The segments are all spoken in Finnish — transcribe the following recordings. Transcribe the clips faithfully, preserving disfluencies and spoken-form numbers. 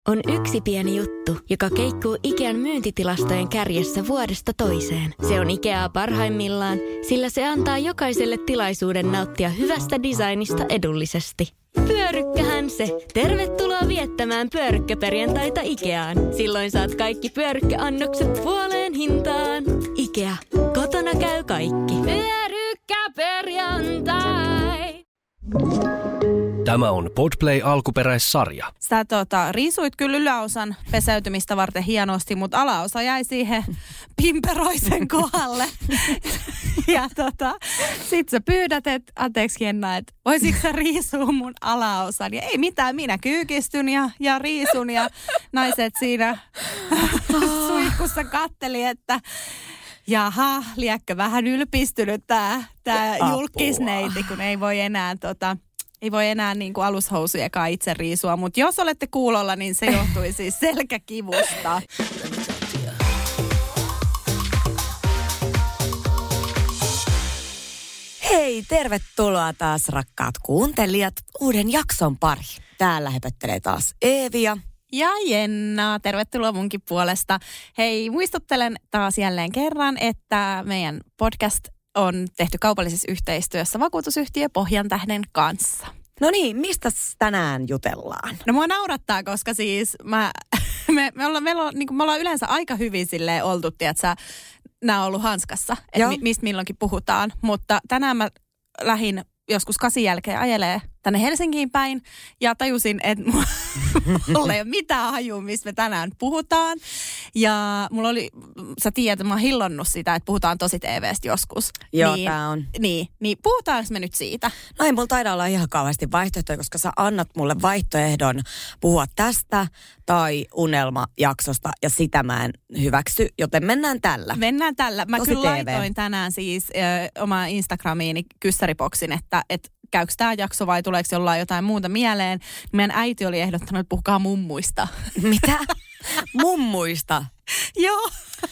On yksi pieni juttu, joka keikkuu Ikean myyntitilastojen kärjessä vuodesta toiseen. Se on Ikeaa parhaimmillaan, sillä se antaa jokaiselle tilaisuuden nauttia hyvästä designista edullisesti. Pyörykkähän se! Tervetuloa viettämään pyörykkäperjantaita Ikeaan. Silloin saat kaikki pyörykkäannokset puoleen hintaan. Ikea. Kotona käy kaikki. Pyörykkäperjantai! Tämä on Podplay alkuperäissarja. Sä tota, riisuit kyllä yläosan peseytymistä varten hienosti, mutta alaosa jäi siihen pimperoisen kohdalle. Ja tota, sit sä pyydät, että anteeksi Jenna, että voisitko sä riisua mun alaosan? Ja ei mitään, minä kyykistyn ja, ja riisun ja naiset siinä suihkussa katteli, että jaha, liekö vähän ylpistynyt tää, tää julkisneiti, kun ei voi enää tota... Ei voi enää niin kuin alushousujakaan itse riisua, mutta jos olette kuulolla, niin se johtui siis selkäkivusta. Hei, tervetuloa taas rakkaat kuuntelijat uuden jakson pari. Täällä höpöttelee taas Eevia. Ja Jenna, tervetuloa munkin puolesta. Hei, muistuttelen taas jälleen kerran, että meidän podcast on tehty kaupallisessa yhteistyössä vakuutusyhtiö Pohjantähden kanssa. No niin, mistä tänään jutellaan? No mua naurattaa, koska siis mä, me, me, ollaan, me, ollaan, niin kuin me ollaan yleensä aika hyvin silleen oltu, että sä, nää on ollut hanskassa, että mi, mistä milloinkin puhutaan. Mutta tänään mä lähdin joskus kasin jälkeen ajelee tänne Helsinkiin päin ja tajusin, että mulla ei ole mitään hajua, mistä me tänään puhutaan. Ja mulla oli, sä tiedät, että mä oon hillonnut sitä, että puhutaan tosi T V:stä joskus. Joo, niin, tää on. Niin, niin puhutaanko me nyt siitä? No ei mulla taida olla ihan kauheasti vaihtoehtoja, koska sä annat mulle vaihtoehdon puhua tästä tai unelmajaksosta ja sitä mä en hyväksy, joten mennään tällä. Mennään tällä. Mä tosi kyllä T V. laitoin tänään siis ö, oma Instagramiini kyssäriboksin, että et, käykö tämä jakso vai tuleeko jollain jotain muuta mieleen. Meidän äiti oli ehdottanut, että puhukaa mummuista. Mitä? Mummuista? Joo.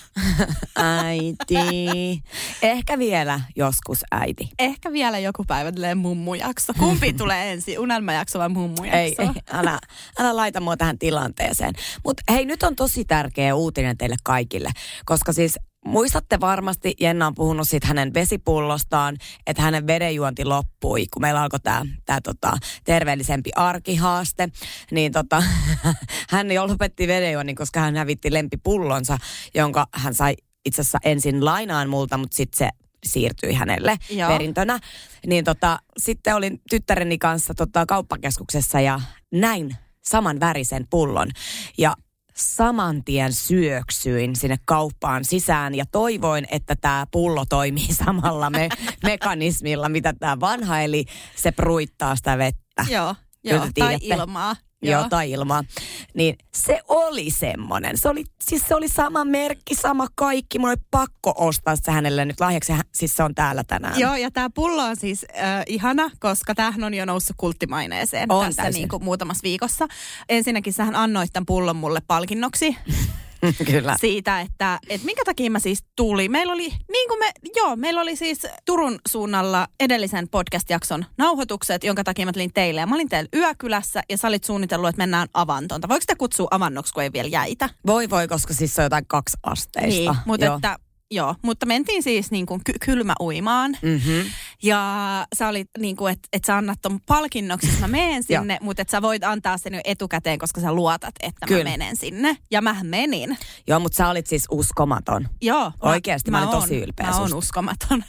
Äiti. Ehkä vielä joskus äiti. Ehkä vielä joku päivä tulee mummujakso. Kumpi tulee ensin, unelmajakso vai mummujakso? Ei, ei älä, älä laita mua tähän tilanteeseen. Mutta hei, nyt on tosi tärkeä uutinen teille kaikille, koska siis muistatte varmasti, Jenna on puhunut siitä hänen vesipullostaan, että hänen vedenjuonti loppui, kun meillä alkoi tämä tää, tota, terveellisempi arkihaaste. Niin tota, hän jo lopetti vedenjuonnin, koska hän hävitti lempipullonsa, jonka hän sai itse asiassa ensin lainaan multa, mutta sitten se siirtyi hänelle Joo. perintönä. Niin tota, sitten olin tyttäreni kanssa tota, kauppakeskuksessa ja näin saman värisen pullon. Ja saman tien syöksyin sinne kauppaan sisään ja toivoin, että tämä pullo toimii samalla me- mekanismilla, mitä tämä vanha, eli se pruittaa sitä vettä. Joo, joo tai ilmaa. Joo, tai ilmaa. Niin se oli semmoinen. Se oli, siis se oli sama merkki, sama kaikki. Mun oli pakko ostaa se hänelle nyt lahjaksi. Siis se on täällä tänään. Joo, ja tämä pullo on siis äh, ihana, koska tämähän on jo noussut kulttimaineeseen on tässä niin kuin muutamassa viikossa. Ensinnäkin sähän annoit tämän pullon mulle palkinnoksi. Kyllä. Siitä, että, että minkä takia mä siis tulin. Meillä oli, niin kuin me, joo, meillä oli siis Turun suunnalla edellisen podcast-jakson nauhoitukset, jonka takia mä tulin teille. Ja mä olin teillä yökylässä ja sä olit suunnitellut, että mennään avantoon. Voiko te kutsua avannoksi, kun ei vielä jäitä? Voi voi, koska siis se on jotain kaksi asteista. Niin, mutta että... Joo, mutta mentiin siis niin kuin ky- kylmäuimaan. Mm-hmm. Ja sä olit niin kuin, että et sä annat ton palkinnoksi, mä menen sinne, mutta että sä voit antaa sen jo etukäteen, koska sä luotat, että Kyllä. mä menen sinne. Ja mähän menin. Joo, mutta sä olit siis uskomaton. Joo. Oikeasti, mä, mä olin oon, tosi ylpeä Mä oon uskomaton.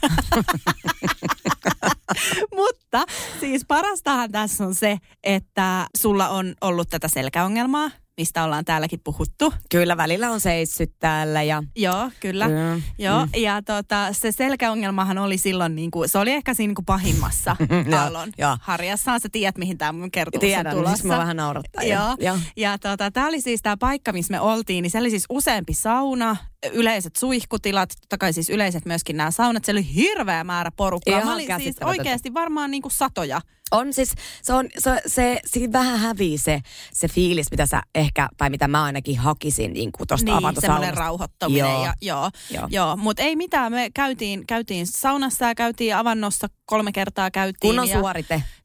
Mutta siis parastahan tässä on se, että sulla on ollut tätä selkäongelmaa, mistä ollaan täälläkin puhuttu. Kyllä, välillä on seissyt täällä ja... Joo, kyllä. Mm. Joo, mm. ja tota, se selkäongelmahan oli silloin, niin kuin, se oli ehkä siinä niin kuin pahimmassa aallon harjassaan. Sä tiedät, mihin tämä mun kertomus on tulossa. Tiedän, siis mä vähän naurattaa. Joo, ja, ja tota, tämä oli siis tämä paikka, missä me oltiin, niin se oli siis useampi sauna, yleiset suihkutilat, totta kai siis yleiset myöskin nämä saunat. Se oli hirveä määrä porukkaa. Ihan mä olin siis oikeasti varmaan niin kuin satoja. On siis, se on, se, se siinä vähän hävii se, se fiilis, mitä sä ehkä, tai mitä mä ainakin hakisin niin kuin tosta niin, avantosaunasta. Semmoinen rauhoittaminen. Joo. Ja, joo, joo. joo. Mutta ei mitään, me käytiin, käytiin saunassa ja käytiin avannossa kolme kertaa käytiin. Kunnon ja suorite.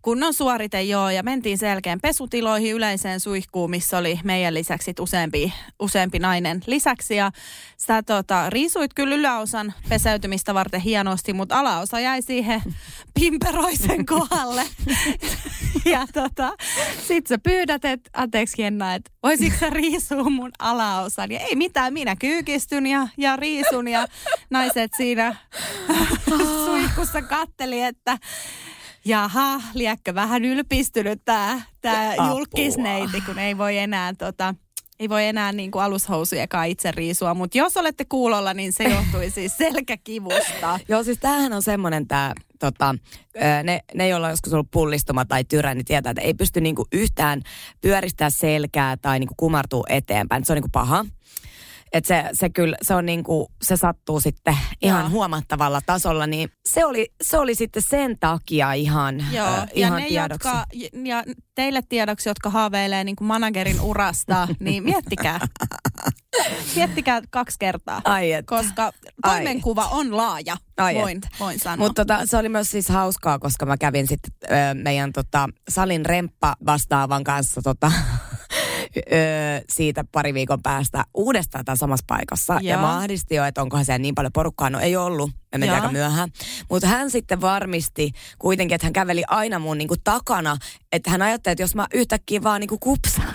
kunnon suorite joo, ja mentiin selkeän pesutiloihin yleiseen suihkuun, missä oli meidän lisäksi useampi, useampi nainen lisäksi. Ja sä tota, riisuit kyllä yläosan pesäytymistä varten hienosti, mutta alaosa jäi siihen pimperoisen kohdalle. Ja tota, sit sä pyydät, että anteeksi Jenna, että voisitko sä riisua mun alaosan? Ja ei mitään, minä kyykistyn ja, ja riisun ja naiset siinä suihkussa katteli, että jaha, liekö vähän ylpistynyt tää, tää julkisneiti, kun ei voi enää tota... Ei voi enää niin kuin alushousujakaan itse riisua, mutta jos olette kuulolla, niin se johtui siis selkäkivusta. Joo, siis tämähän on semmoinen tämä, tota, ne, ne, joilla on joskus ollut pullistuma tai tyrä, niin tietää, että ei pysty niin kuin yhtään pyöristää selkää tai niin kuin kumartua eteenpäin. Se on niin kuin paha. Että se, se kyllä, se on niinku, se sattuu sitten ihan Joo. huomattavalla tasolla, niin se oli, se oli sitten sen takia ihan, Joo. äh, ja ihan ne, tiedoksi. Jotka, ja teille tiedoksi, jotka haaveilee niinku managerin urasta, niin miettikää. Miettikää kaksi kertaa, Ai et. koska toimenkuva Ai. on laaja, Ai voin, voin sanoa. Mutta tota, se oli myös siis hauskaa, koska mä kävin sitten ö, meidän tota, salin remppa vastaavan kanssa tota, Öö, siitä pari viikon päästä uudestaan tässä samassa paikassa. Joo. Ja mä ahdistin jo, että onkohan siellä niin paljon porukkaa. No ei ollut, me mentiin aika myöhään. Mutta hän sitten varmisti kuitenkin, että hän käveli aina mun niinku takana. Että hän ajatteli, että jos mä yhtäkkiä vaan niinku kupsaan.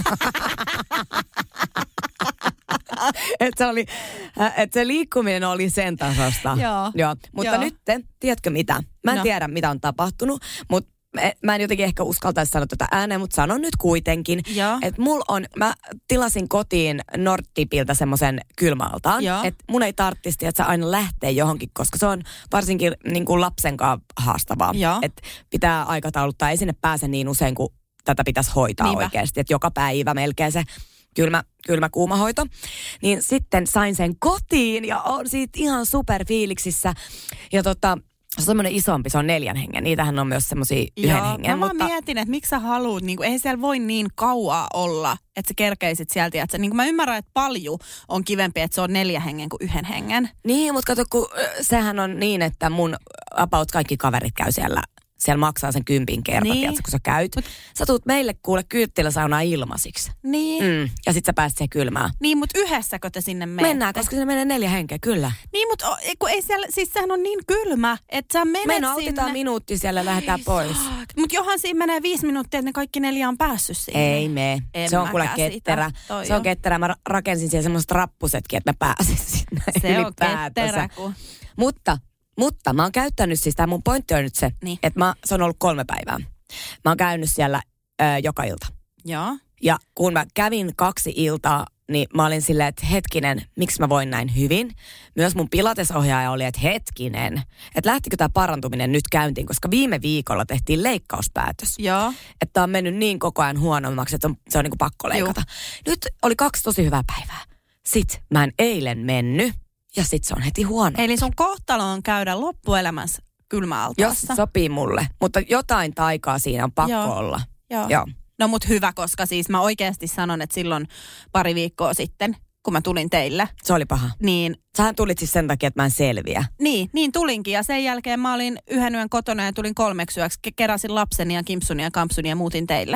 että se, oli, et se liikkuminen oli sen tasosta. Joo. Joo. Mutta Joo. nyt, tiedätkö mitä? Mä en no. tiedä, mitä on tapahtunut, mutta mä en jotenkin ehkä uskaltaisi sanoa tätä ääneen, mutta sanon nyt kuitenkin, että mulla on, mä tilasin kotiin Nordtipiltä semmoisen kylmäaltaan, että mun ei tarvitsisi, että sä aina lähtee johonkin, koska se on varsinkin niin kuin lapsen kanssa haastavaa, että pitää aikatauluttaa, ei sinne pääse niin usein, kuin tätä pitäisi hoitaa Niinpä. oikeasti, että joka päivä melkein se kylmä, kylmä kuumahoito, niin sitten sain sen kotiin ja on siitä ihan superfiiliksissä ja tota, se on semmoinen isompi, se on neljän hengen. Niitähän on myös semmoisia yhden hengen. Mä mutta... vaan mietin, että miksi sä haluut, niin ei siellä voi niin kauaa olla, että sä kerkeisit sieltä. Että, niin kuin mä ymmärrän, että paljon on kivempi, että se on neljän hengen kuin yhden hengen. Niin, mutta kato, kun sehän on niin, että mun about kaikki kaverit käy siellä. Siellä maksaa sen kympin kerta, niin. tiedätkö, kun sä käyt. Mut, sä tuut meille kuule kyyttiläsaunaa ilmaisiksi. Niin. Mm, ja sit sä pääset siihen kylmään. Niin, mutta yhdessäkö te sinne menette? Mennään, koska sinne menee neljä henkeä, kyllä. Niin, mutta kun ei siellä, siis sehän on niin kylmä, että sä menet Meno, sinne. autetaan minuutti siellä ja lähdetään pois. Mutta johan siinä menee viisi minuuttia, että ne kaikki neljä on päässyt sinne. Ei me. En se on kuule ketterä. Se on ketterä. Mä rakensin siellä semmoiset rappusetkin, että mä pääsin sinne. Se on ketterä, kun... Mutta... Mutta mä oon käyttänyt, siis tämä mun pointti on nyt se, niin. että mä, se on ollut kolme päivää. Mä oon käynyt siellä ö, joka ilta. Joo. Ja kun mä kävin kaksi iltaa, niin mä olin silleen, että hetkinen, miksi mä voin näin hyvin. Myös mun pilatesohjaaja oli, että hetkinen, että lähtikö tämä parantuminen nyt käyntiin, koska viime viikolla tehtiin leikkauspäätös. Joo. Että on mennyt niin koko ajan huonommaksi, että on, se on niin kuin pakko leikata. Juh. Nyt oli kaksi tosi hyvää päivää. Sitten mä en eilen mennyt. Ja sit se on heti huono. Eli sun kohtalo on käydä loppuelämässä kylmäaltaassa. Jos sopii mulle. Mutta jotain taikaa siinä on pakko Joo. olla. Joo. Joo. No mut hyvä, koska siis mä oikeasti sanon, että silloin pari viikkoa sitten, kun mä tulin teille. Se oli paha. Niin. Sähän tulit siis sen takia, että mä en selviä. Niin, niin tulinkin. Ja sen jälkeen mä olin yhden yön kotona ja tulin kolmeksi yöksi. Keräsin lapseni ja kimpsuni ja kampsuni ja muutin teille.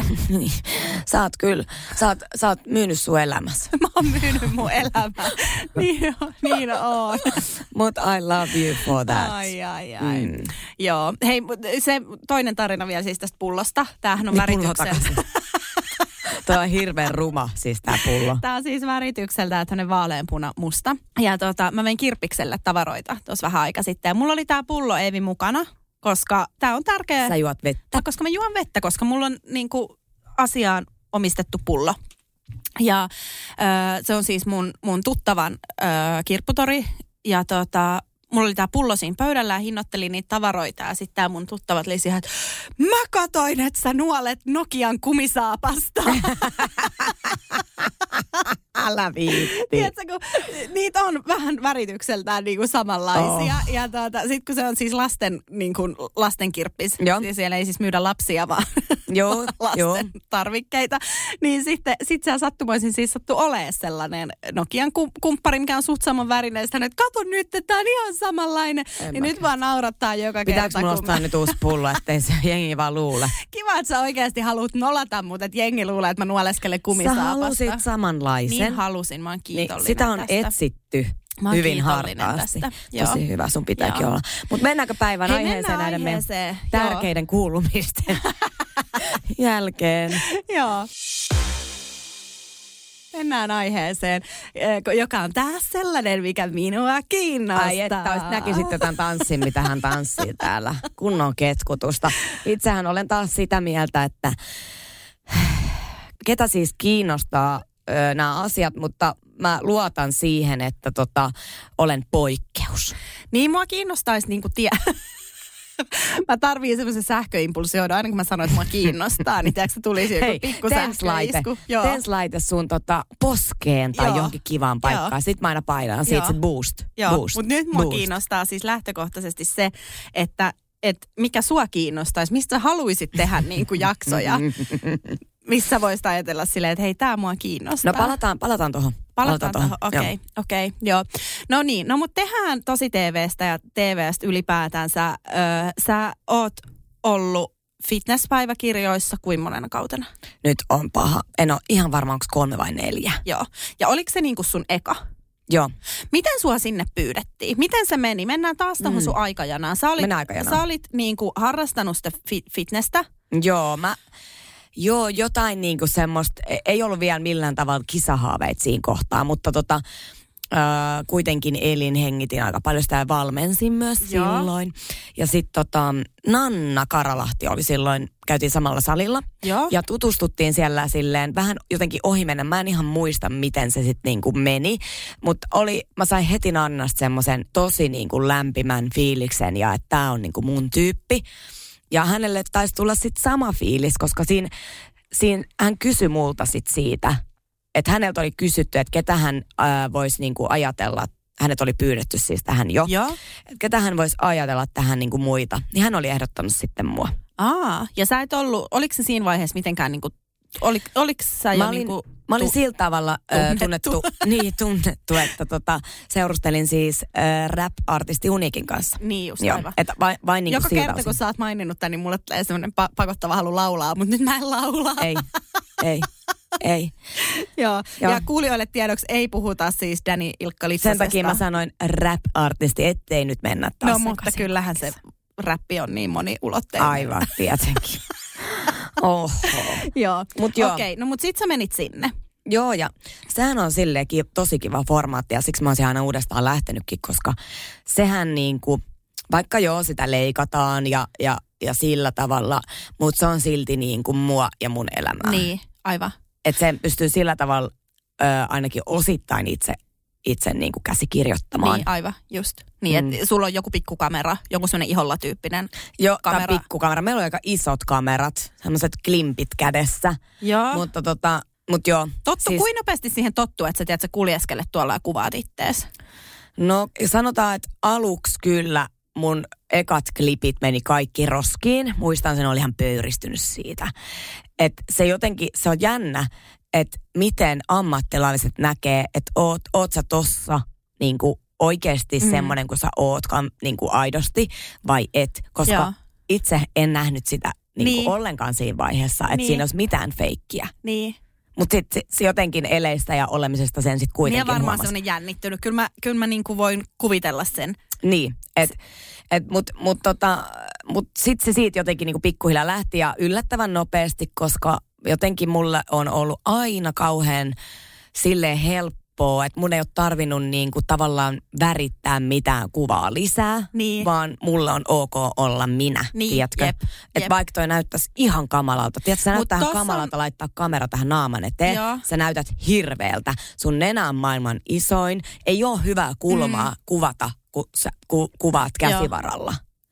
Sä oot kyllä. Sä oot, sä oot myynyt sun elämässä. Mä oon myynyt mun elämää. niin on, niin on. Mut I love you for that. Ai, ai, ai. Mm. Joo. Hei, se toinen tarina vielä siis tästä pullosta. Tämähän on niin väritykseltä. Tämä on hirveän ruma, siis tää pullo. Tää on siis väritykseltä, että on vaaleanpuna musta. Ja tota, mä vein Kirppikselle tavaroita tuossa vähän aika sitten. Ja mulla oli tää pullo Eevi mukana, koska tää on tärkeä. Sä juot vettä. Koska mä juon vettä, koska mulla on niinku asiaan omistettu pullo. Ja äh, se on siis mun, mun tuttavan äh, kirpputori. Ja tota... Mulla oli tää pullo siinä pöydällä ja hinnoittelin niitä tavaroita ja sitten tää mun tuttavat oli siihen, että mä katoin, että sä nuolet Nokian kumisaapasta. Älä viitti. Tiedätkö, kun niitä on vähän väritykseltään niinku samanlaisia. Oh. Ja tuota, sit kun se on siis lasten, niinku, lastenkirppis, niin siellä ei siis myydä lapsia, vaan joo, lasten jo. tarvikkeita. Niin sitten sit se sattumoisin siis sattu olemaan sellainen Nokian kumppari, mikä on suht saman värinen. Sitten että kato nyt, että tää on ihan samanlainen. En niin nyt vaan naurattaa joka Pitääkö kerta. Pitääkö mulla ostaa mä... nyt uusi pullo, ettei se jengi vaan luule? Kiva, että sä oikeasti haluat nolata mut, että jengi luulee, että mä nuoleskelen kumisaapasta. Sä halusit samanlaisen. Niin halusin, mä oon kiitollinen niin, sitä on tästä. etsitty hyvin hartaasti. Tosi hyvä, sun pitääkin Joo. olla. Mutta mennäänkö päivän Hei, aiheeseen näiden meidän tärkeiden Joo. kuulumisten jälkeen? Joo. Mennään aiheeseen, joka on taas sellainen, mikä minua kiinnostaa. Ai että näkisitte tämän tanssin, mitä hän tanssii täällä. Kunnon ketkutusta. Itsehän olen taas sitä mieltä, että ketä siis kiinnostaa ö, nämä asiat, mutta mä luotan siihen, että tota, olen poikkeus. Niin mua kiinnostaisi niinku tie... Mä tarviin semmoisen sähköimpulsioidon, aina kun mä sanoin, että mua kiinnostaa, niin tiedätkö, tulisi joku Hei, pikku sähköisku. Tenslaite sun tota, poskeen tai Joo. johonkin kivaan paikkaan. Joo. Sitten mä aina painaan, siitä se boost. Joo, boost, mutta nyt mua boost. kiinnostaa siis lähtökohtaisesti se, että et mikä sua kiinnostaisi, mistä sä haluisit tehdä niin kuin jaksoja, missä voisit ajatella silleen, että hei, tää mua kiinnostaa. No palataan, palataan tuohon. Palataan tuohon, okei, okay, okei, okay, joo. No niin, no mutta tehdään tosi T V:stä ja T V:stä ylipäätään. Sä, öö, sä oot ollut fitnesspäiväkirjoissa kuin monena kautena? Nyt on paha. En ole ihan varma, onko kolme vai neljä. Joo, ja oliko se niinku sun eka? Joo. Miten sua sinne pyydettiin? Miten se meni? Mennään taas tuohon mm. sun aikajanaan. Sä olit, aikajanaan. Sä olit niinku harrastanut sitä fi- fitnessä? Joo, mä... Joo, jotain niinku semmoista, ei ollut vielä millään tavalla kisahaaveita siinä kohtaa, mutta tota, äh, kuitenkin elin, hengitin aika paljon sitä ja valmensin myös Joo. silloin. Ja sitten tota, Nanna Karalahti oli silloin, käytiin samalla salilla Joo. ja tutustuttiin siellä silleen vähän jotenkin ohimennen. Mä en ihan muista, miten se sitten niinku meni, mutta oli, mä sain heti Nannasta semmoisen tosi niinku lämpimän fiiliksen ja että tää on niinku mun tyyppi. Ja hänelle taisi tulla sitten sama fiilis, koska siinä, siinä hän kysyi multa sit siitä, että häneltä oli kysytty, että ketä hän ää, voisi niinku ajatella, hänet oli pyydetty siis tähän jo, Joo. että ketä hän voisi ajatella tähän niinku muita. Niin hän oli ehdottanut sitten mua. Aa, ja sä et ollut, oliko se siinä vaiheessa mitenkään niinku, oli, oliko sä jo mä olin, niinku... Mä olin tu- sillä tavalla äh, tunnettu, niin, tunnettu, että tota, seurustelin siis äh, rap-artisti Uniikin kanssa. Niin just, Joo, aivan. että vain, vain niin Joka kuin kerta, kun sä oot maininnut tämän, niin mulle tulee semmoinen pa- pakottava halu laulaa, mutta nyt mä en laula. Ei, ei, ei. Joo. Joo, ja kuulijoille tiedoksi ei puhuta siis Danny Ilkka Litsasesta. Sen takia mä sanoin rap-artisti, ettei nyt mennä taas No, mutta kyllähän se räppi on niin moniulotteinen. Aivan, tietenkin. Oho. Joo, Mut joo. okei. Okay, no mut sit sä menit sinne. Joo, ja sehän on silleen tosi kiva formaatti, ja siksi mä oon aina uudestaan lähtenytkin, koska sehän niinku, vaikka joo sitä leikataan ja, ja, ja sillä tavalla, mutta se on silti niinku mua ja mun elämää. Niin, aivan. Että sen pystyy sillä tavalla ö, ainakin osittain itse, itse niinku käsikirjoittamaan. Niin, aivan, just. Niin, mm. että sulla on joku pikkukamera, joku sellainen iholla tyyppinen Joo, kamera. Joo, pikkukamera. Meillä on aika isot kamerat, sellaiset klimpit kädessä. Joo. Mutta tota, mut joo. Tottu, siis, kuin nopeasti siihen tottuu, että sä tiedät, sä kuljeskelet tuolla ja kuvaat ittees? No sanotaan, että aluksi kyllä mun ekat klipit meni kaikki roskiin. Muistan, sen oli ihan pöyristynyt siitä. Että se jotenkin, se on jännä, että miten ammattilaiset näkee, että oot, oot sä tossa niinku oikeasti mm. semmoinen, kun sä ootkaan niinku aidosti vai et. Koska Joo. itse en nähnyt sitä niinku niin. ollenkaan siinä vaiheessa, että niin. siinä olisi mitään feikkiä. Niin. Mutta sitten se jotenkin eleistä ja olemisesta sen sitten kuitenkin huomasi. Niin varmaan huomasi. semmoinen jännittynyt. Kyllä mä, kyllä mä niinku voin kuvitella sen. Niin, että et, mutta mut tota, mut sitten se siitä jotenkin niinku pikkuhiljaa lähti ja yllättävän nopeasti, koska jotenkin mulle on ollut aina kauhean silleen helppoa, että mun ei ole tarvinnut niinku tavallaan värittää mitään kuvaa lisää, niin. vaan mulla on ok olla minä, niin, tiedätkö? Että vaikka toi näyttäisi ihan kamalalta. Tiedätkö, sä näyttää ihan kamalalta on... laittaa kamera tähän naaman eteen. Joo. Sä näytät hirveältä. Sun nenä on maailman isoin. Ei ole hyvää kulmaa mm. kuvata, kun sä ku, kuvaat käsivaralla. Joo.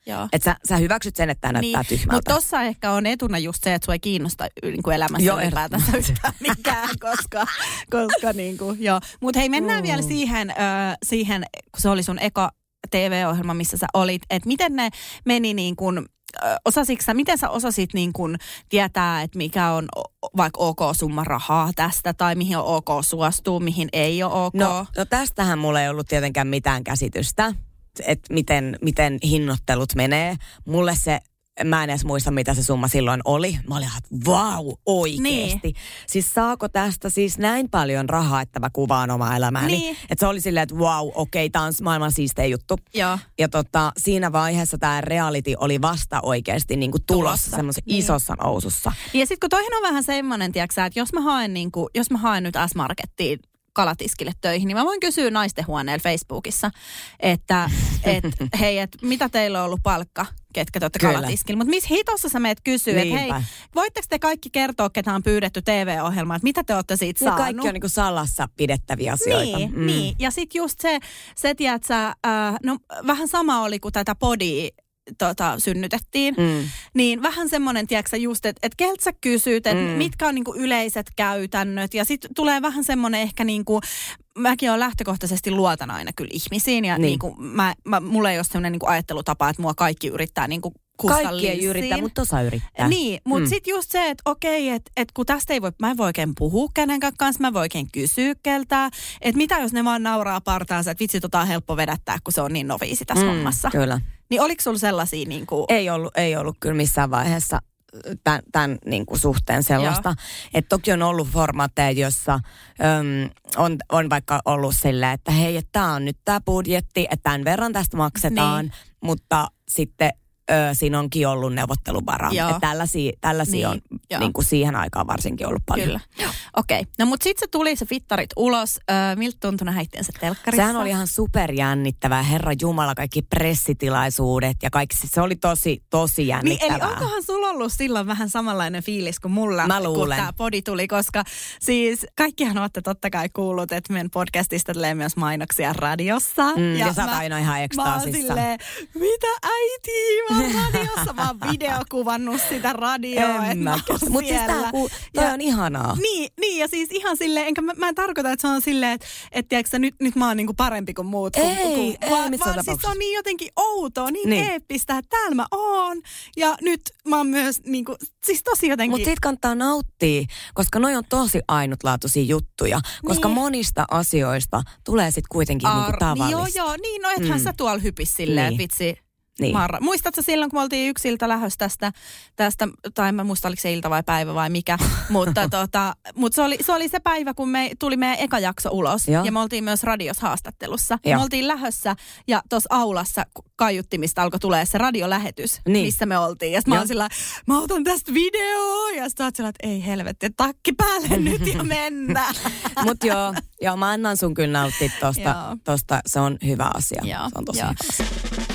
Että sä, sä hyväksyt sen, että tämä niin. näyttää tyhmältä. Mutta tossa ehkä on etuna just se, että sua ei kiinnosta niin kuin elämässä joo, ylipäätänsä yhtään mikään, koska, koska niin kuin, joo. Mutta hei, mennään mm. vielä siihen, äh, siihen, kun se oli sun eka T V-ohjelma, missä sä olit, että miten ne meni niin kuin, osasitko sä, miten sä osasit niin kuin tietää, että mikä on vaikka ok summa rahaa tästä, tai mihin on ok suostua, mihin ei ole ok? No, no tästähän mulla ei ollut tietenkään mitään käsitystä, että miten, miten hinnoittelut menee. Mulle se, mä en edes muista, mitä se summa silloin oli. Mä olin, että vau, oikeesti. Niin. Siis saako tästä siis näin paljon rahaa, että mä kuvaan omaa elämääni? Niin. Että se oli silleen, että vau, okei, tää on maailman siistein juttu. Joo. Ja tota, siinä vaiheessa tää reality oli vasta oikeesti niinku tulossa semmoisessa niin. isossa nousussa. Ja sit kun toihin on vähän semmoinen, tiiäksä, että jos mä haen, niinku, jos mä haen nyt S-Markettiin kalatiskille töihin, niin mä voin kysyä naistenhuoneella Facebookissa, että et, hei, että mitä teillä on ollut palkka, ketkä te olette kalatiskille. Mutta missä hitossa sä meet kysyä, että hei, voitteko te kaikki kertoa, ketä on pyydetty T V-ohjelmaan, että mitä te olette siitä saanut? Ja kaikki on niinku salassa pidettäviä asioita. Niin, mm. niin. Ja sit just se, se tiedät sä, äh, no vähän sama oli kuin tätä podia Tota, synnytettiin, mm. niin vähän semmoinen, tiedätkö just, että et keltä sä kysyt, että mm. mitkä on niinku yleiset käytännöt, ja sitten tulee vähän semmoinen ehkä niinku, mäkin olen lähtökohtaisesti luotan aina kyllä ihmisiin, ja niin. niinku, mä, mä, mulla ei ole semmoinen niinku ajattelutapa, että mua kaikki yrittää niinku kaikki ei yrittää, mutta osa yrittää. Niin, mutta mm. sitten just se, että okei, että et kun tästä ei voi, mä en voi oikein puhua kenenkään kanssa, mä en voi oikein kysyä keltään, että mitä jos ne vaan nauraa partaansa, että vitsi, tota on helppo vedättää, kun se on niin noviisi tässä mm, hommassa. Kyllä. Niin oliko sulla sellaisia niin kuin... Ei ollut, ei ollut kyllä missään vaiheessa tämän, tämän niin kuin suhteen sellaista. Että toki on ollut formaatteja, jossa äm, on, on vaikka ollut silleen, että hei, että tämä on nyt tämä budjetti, että tämän verran tästä maksetaan, niin. Mutta sitten ö, siinä onkin ollut neuvotteluvara. Että tällaisia, tällaisia niin. on niin kuin siihen aikaan varsinkin ollut paljon. Kyllä. Okei. Okay. No mutta sitten se tuli se fittarit ulos. Ö, miltä tuntui nähdä itseänsä telkkarissa? Sehän oli ihan superjännittävää. Herra Jumala, kaikki pressitilaisuudet ja kaikki. Se oli tosi, tosi jännittävää. Niin, eli onkohan sulla ollut silloin vähän samanlainen fiilis kuin mulla, Mä luulen. kun tämä podi tuli? Koska siis kaikkihan olette totta kai kuullut, että meidän podcastista tulee myös mainoksia radiossa. Mm, ja, ja sä oot aina ihan ekstaasissa. Mä oon silleen, mitä äiti? Mä oon radiossa. Mä oon videokuvannut sitä radioa. Mutta siis tää ku, toi on ihanaa. Niin, niin, ja siis ihan silleen, enkä mä, mä en tarkoita, että se on silleen, että et, tiiäksä, nyt, nyt mä oon niinku parempi kuin muut. Ei, kun, ei, kun, vaan, vaan siis se on niin jotenkin outoa, niin, niin. eeppistä, että täällä mä oon. Ja nyt mä oon myös niinku, siis tosi jotenkin... Mutta siitä kannattaa nauttia, koska noi on tosi ainutlaatuisia juttuja. Koska niin. monista asioista tulee sitten kuitenkin Ar- niinku tavallista. Niin joo, joo, niin no ethän mm. sä tuolla hypis silleen, niin. että vitsi... Niin. Marra. Muistatko silloin, kun me oltiin yksiltä lähdössä tästä, tästä, tai en muista, oliko se ilta vai päivä vai mikä, mutta tota, mut se, oli, se oli se päivä, kun me tuli meidän eka jakso ulos, Joo. ja me oltiin myös radiossa haastattelussa. Ja me oltiin lähdössä, ja tuossa aulassa kaiuttimista alkoi tulee se radiolähetys, niin. missä me oltiin. Ja mä oon sillä, mä otan tästä videoa, ja sitten oot sillä, että ei helvetti, takki päälle nyt ja mennään. Mut joo, joo, mä annan sun kyllä nauttia tosta, tosta, se on hyvä asia. Joo. Se on tosi joo. hyvä asia.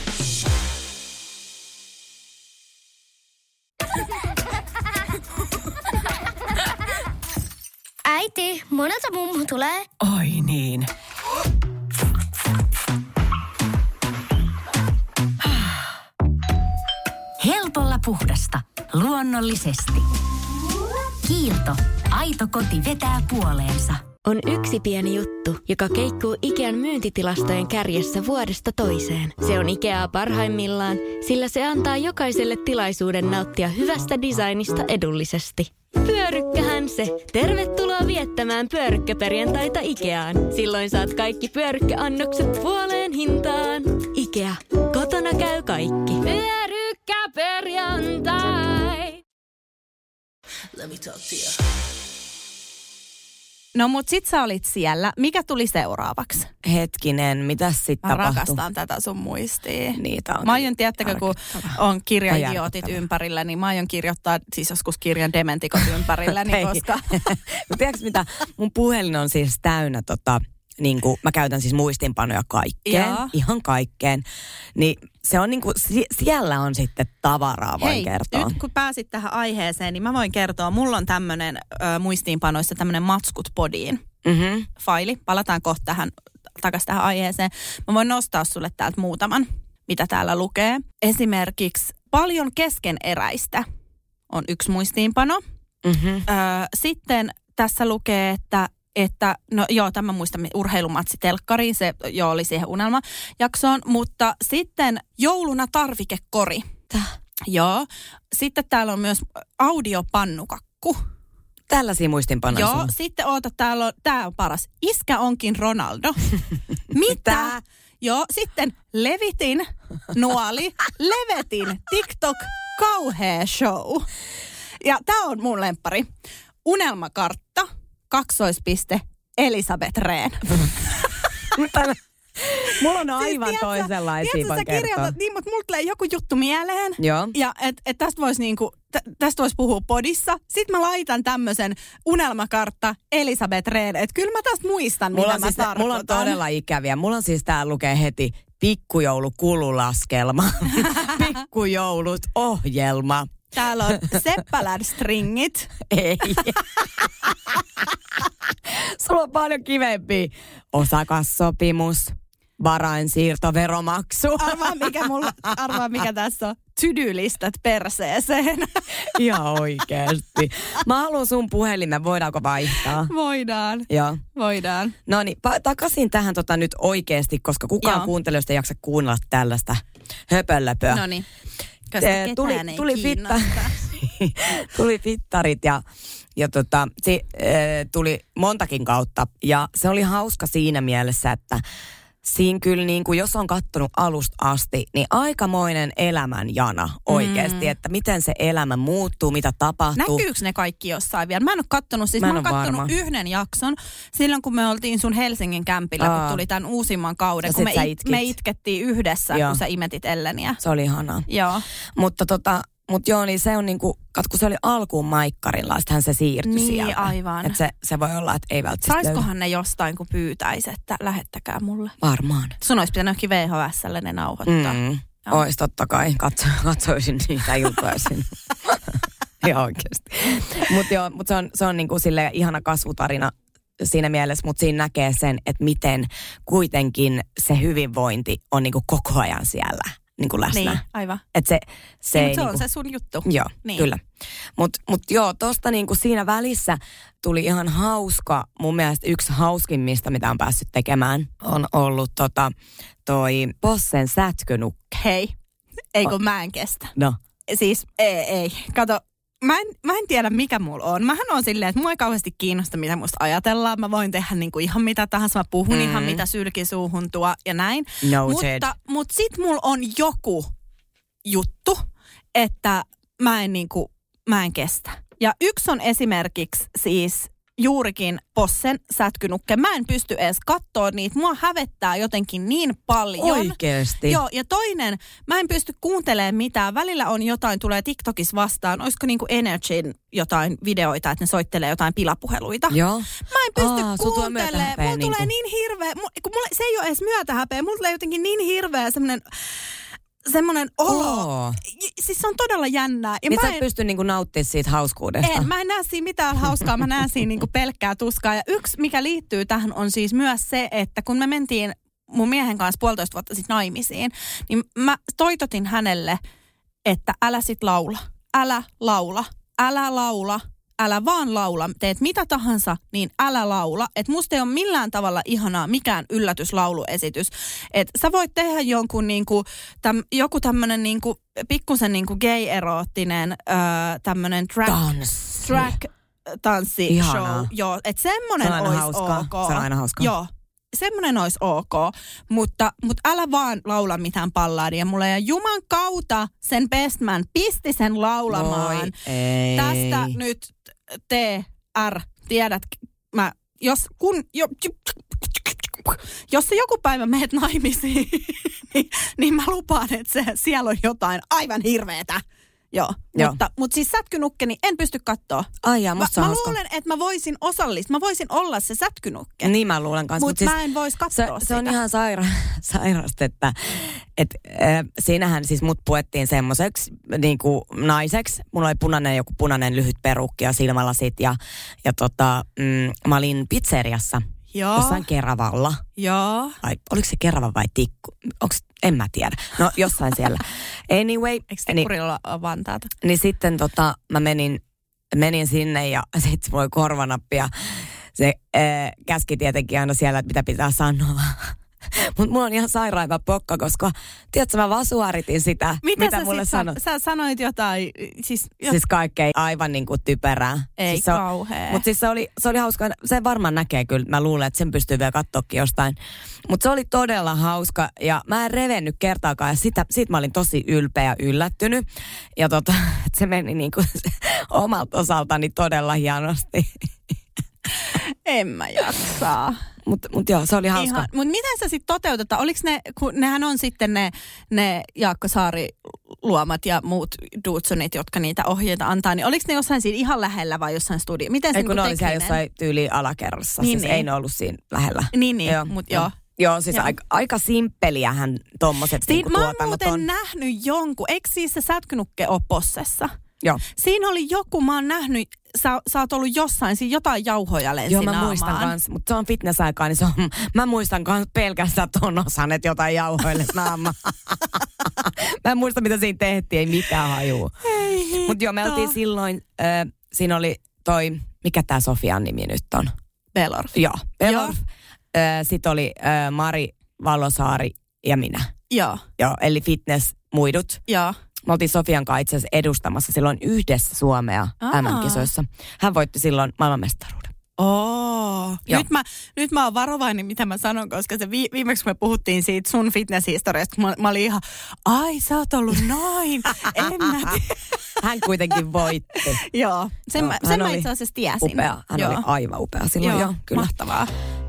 Äiti, monelta mummu tulee? Oi niin. Helpolla puhdasta. Luonnollisesti. Kiilto. Aito koti vetää puoleensa. On yksi pieni juttu, joka keikkuu Ikean myyntitilastojen kärjessä vuodesta toiseen. Se on Ikeaa parhaimmillaan, sillä se antaa jokaiselle tilaisuuden nauttia hyvästä designista edullisesti. Pyörykkähän se! Tervetuloa viettämään pyörykkäperjantaita Ikeaan. Silloin saat kaikki pyörykkäannokset puoleen hintaan. Ikea. Kotona käy kaikki. Pyörykkäperjantai! Let me talk to you. No mut sit sä olit siellä. Mikä tuli seuraavaksi? Hetkinen, mitäs sit Mä tapahtui? rakastan tätä sun muistia. Niitä on. Mä aion, tiedättekö, kun on kirjaidiotit ympärillä, niin mä aion kirjoittaa siis joskus kirjan dementikot ympärillä, niin koska... Tiedätkö mitä? Mun puhelin on siis täynnä tota... Niin kuin, mä käytän siis muistinpanoja kaikkeen, Jaa. ihan kaikkeen. Niin se on niin kuin, siellä on sitten tavaraa, voin Hei, kertoa. nyt kun pääsit tähän aiheeseen, niin mä voin kertoa. Mulla on tämmönen ö, muistiinpanoissa tämmönen matskut podiin mm-hmm. faili. Palataan kohta tähän, takaisin tähän aiheeseen. Mä voin nostaa sulle täältä muutaman. mitä täällä lukee. Esimerkiksi paljon keskeneräistä on yksi muistiinpano. Mm-hmm. Öö, sitten tässä lukee, että, että no joo, tämä muistan urheilumatsi telkkariin, se jo oli siihen unelmajaksoon, mutta sitten jouluna tarvikekori. Täh. Joo. Sitten täällä on myös audiopannukakku. Tällaisia muistinpanoja. Joo, sitten oota, täällä on, tää on paras. Iskä onkin Ronaldo. Mitä? Joo, sitten levitin, nuoli, levetin, TikTok, kauhea show. Ja tää on mun lemppari. Unelmakartta, kaksoispiste, Elisabeth Rehn. Mulla on aivan siis, tiedätkö, toisenlaisia tiedätkö, sä kirjoitat, niin, mutta mulla tulee joku juttu mieleen. Joo. Ja että et tästä voisi niinku, tästä vois puhua podissa. Sitten mä laitan tämmöisen unelmakartta Elisabeth Rehn. Että kyllä mä tästä muistan, mulla mitä mä siis, tarkoitan. Mulla on todella ikäviä. Mulla on siis täällä lukee heti pikkujoulukululaskelma. Pikkujoulut ohjelma. Täällä on Seppälän-stringit. Ei. Sulla on paljon kivempi. Osakassopimus. Varainsiirtoveromaksu. Arvaa mikä, mulla, arvaa mikä tässä on. To-do-listat perseeseen. Ihan oikeasti. Mä haluan sun puhelimen. Voidaanko vaihtaa? Voidaan. Joo. Voidaan. No niin, pa- takaisin tähän tota nyt oikeasti, koska kukaan kuuntelijoista ei jaksa kuunnella tällaista höpölöpöä. No niin. Koska ketään tuli, ei tuli, fitta, tuli fittarit ja, ja tota, se, äh, tuli montakin kautta. Ja se oli hauska siinä mielessä, että siinä kyllä niin kuin, jos on kattonut alusta asti, niin aikamoinen elämän jana oikeasti, mm. että miten se elämä muuttuu, mitä tapahtuu. Näkyykö ne kaikki jossain vielä? Mä en ole kattonut, siis mä, mä oon kattonut varma. yhden jakson silloin, kun me oltiin sun Helsingin kämpillä, Aa. kun tuli tämän uusimman kauden, ja kun me, it, me itkettiin yhdessä, joo. kun sä imetit Elleniä. Se oli ihanaa. Joo. Mutta tota... Mutta joo, niin se on niinku, kun se oli alkuun Maikkarilla, sittenhän se siirtyi niin, sieltä. Niin, aivan. Että se, se voi olla, että ei välttämättä Saiskohan löydä. ne jostain, kun pyytäisi, että lähettäkää mulle? Varmaan. Sun olisi pitänyt johonkin V H S:lle ne nauhoittaa. Mm. Ois totta kai. Katso, katsoisin niitä iltaisin. Joo, oikeasti. Mutta joo, mut se on, se on niinku silleen ihana kasvutarina siinä mielessä, mutta siinä näkee sen, että miten kuitenkin se hyvinvointi on niinku koko ajan siellä. Niin kuin läsnä. Niin, aivan. Et se, se, niin, se niin on kuin, se sun juttu. Joo, niin. kyllä. Mutta mut joo, tosta niin kuin siinä välissä tuli ihan hauska, mun mielestä yksi hauskimmista, mitä on päässyt tekemään, on ollut tota, toi Possen sätkynukke. Hei, ei kun oh. mä en kestä. No. Siis ei, ei. Kato, mä en, mä en tiedä mikä mulla on. Mähän on silleen, että mua ei kauheasti kiinnosta, mitä musta ajatellaan. Mä voin tehdä niin kuin ihan mitä tahansa. Mä puhun mm. ihan mitä sylki suuhun tuo ja näin. Noted. Mutta, mutta sit mulla on joku juttu, että mä en, niin kuin, mä en kestä. Ja yksi on esimerkiksi siis juurikin Possen sätkynukke. Mä en pysty edes katsoa niitä. Mua hävettää jotenkin niin paljon. Oikeesti? Joo, ja toinen, mä en pysty kuuntelemaan mitään. Välillä on jotain, tulee TikTokissa vastaan. Olisiko niinku Energyn jotain videoita, että ne soittelee jotain pilapuheluita. Joo. Mä en pysty Aa, kuuntelemaan. Mulla niin tulee kuin... niin hirveä, kun mulla, se ei ole edes myötähäpeä. Mulla tulee jotenkin niin hirveä semmoinen... semmoinen olo. Oh. Siis se on todella jännää. Ja niin mä sä en pysty niinku nauttimaan siitä hauskuudesta. En, mä en näe siinä mitään hauskaa. Mä näen siinä niinku pelkkää tuskaa. Ja yksi, mikä liittyy tähän, on siis myös se, että kun me mentiin mun miehen kanssa puolitoista vuotta sitten naimisiin, niin mä toitotin hänelle, että älä sit laula. Älä laula. Älä laula. Älä vaan laula. Teet mitä tahansa, niin älä laula. Että musta ei ole millään tavalla ihanaa mikään yllätyslauluesitys. Että sä voit tehdä jonkun niinku, täm, joku tämmönen niinku, pikkusen niinku gay-eroottinen öö, tämmönen drag, drag tanssi show. Joo, että semmonen olisi hauska. ok. Se on aina hauska. Joo. Semmoinen olisi ok, mutta, mutta älä vaan laula mitään palladia mulle. Ja Juman kautta sen bestman pisti sen laulamaan. Voi, ei. Tästä nyt T R, tiedät, mä, jos, kun, jo, jos sä joku päivä meet naimisiin, niin, niin mä lupaan, että se, siellä on jotain aivan hirveetä. Joo, Joo. Mutta, mutta siis sätkynukke, niin en pysty katsoa. Ai jaa, mä, mä luulen, että mä voisin osallistua. Mä voisin olla se sätkynukke. Niin mä luulen kanssa. Mutta mut mä siis en vois katsoa se, sitä. se on ihan saira, sairasta, että et, äh, siinähän siis mut puettiin semmoiseksi niin kuin naiseksi. Mulla oli punainen, joku punainen lyhyt perukki ja silmälasit ja, ja tota, mm, mä olin pizzeriassa. Joo. Jossain Keravalla. Joo. Vai oliko se Kerava vai Tikku? Onks, En mä tiedä. No jossain siellä. Anyway. Eikö Tikkurilla ole Vantaata? Niin sitten tota, mä menin, menin sinne ja sitten mulla oli korvanappi ja se äh, käski tietenkin aina siellä, että mitä pitää sanoa. Mutta mulla on ihan sairaan pokka, koska tiedätkö, mä vaan suoritin sitä, mitä, mitä mulle sanoi. Sä, sä sanoit jotain, siis... Jo. Siis kaikkea aivan niin kuin typerää. Ei siis kauhea. Mutta siis se oli, se oli hauska, se varmaan näkee kyllä, mä luulen, että sen pystyy vielä katsoakin jostain. Mutta se oli todella hauska ja mä en revennyt kertaakaan ja sitä, siitä mä olin tosi ylpeä ja yllättynyt. Ja tota, se meni niin kuin omalta osaltani todella hienosti. En mä jaksaa. Mutta mut joo, se oli hauska. Mutta miten se sitten toteutetaan? Oliko ne, kun nehän on sitten ne, ne Jaakko Saari luomat ja muut Dudsonit, jotka niitä ohjeita antaa, niin oliko ne jossain siinä ihan lähellä vai jossain studio? Miten se ei kun niin ne oli siellä jossain tyyliin alakerrassa, niin, siis niin. ei ne ollut siinä lähellä. Niin, niin, joo, mutta joo. Joo, siis joo. Aika, aika simppeliähän tommoset Siin, niinku mä oon tuotannot muuten on. nähnyt jonkun, eikö siis se sätkynukke ole Possessa? Joo. Siinä oli joku, mä oon nähnyt, sä, sä oot ollut jossain, siinä jotain jauhoja lensi Joo, mä naamaan. muistan kans, mutta se on fitness-aikaa, niin se on, mä muistan kans pelkästään ton osan, että jotain jauhoille naamaa. Mä en muista, mitä siinä tehtiin, ei mitään hajua. Mutta joo, me oltiin silloin, äh, siinä oli toi, mikä tää Sofian nimi nyt on? Belorf. Joo, Belorf. Äh, Sitten oli äh, Mari Valosaari ja minä. Joo. Joo, eli fitness-muidut. Joo. Me oltiin Sofian kanssa itse asiassa edustamassa silloin yhdessä Suomea Aa. M M-kisoissa. Hän voitti silloin maailmanmestaruuden. Oo. Nyt mä, nyt mä oon varovainen, mitä mä sanon, koska se vi, viimeksi me puhuttiin siitä sun fitness-historiasta, kun mä, mä olin ihan, ai sä oot ollut noin, ennätin. Hän kuitenkin voitti. Joo, sen, Joo, mä, sen mä itse asiassa tiesin. Upea, hän joo. oli aivan upea silloin, joo, joo kyllä. Mahtavaa.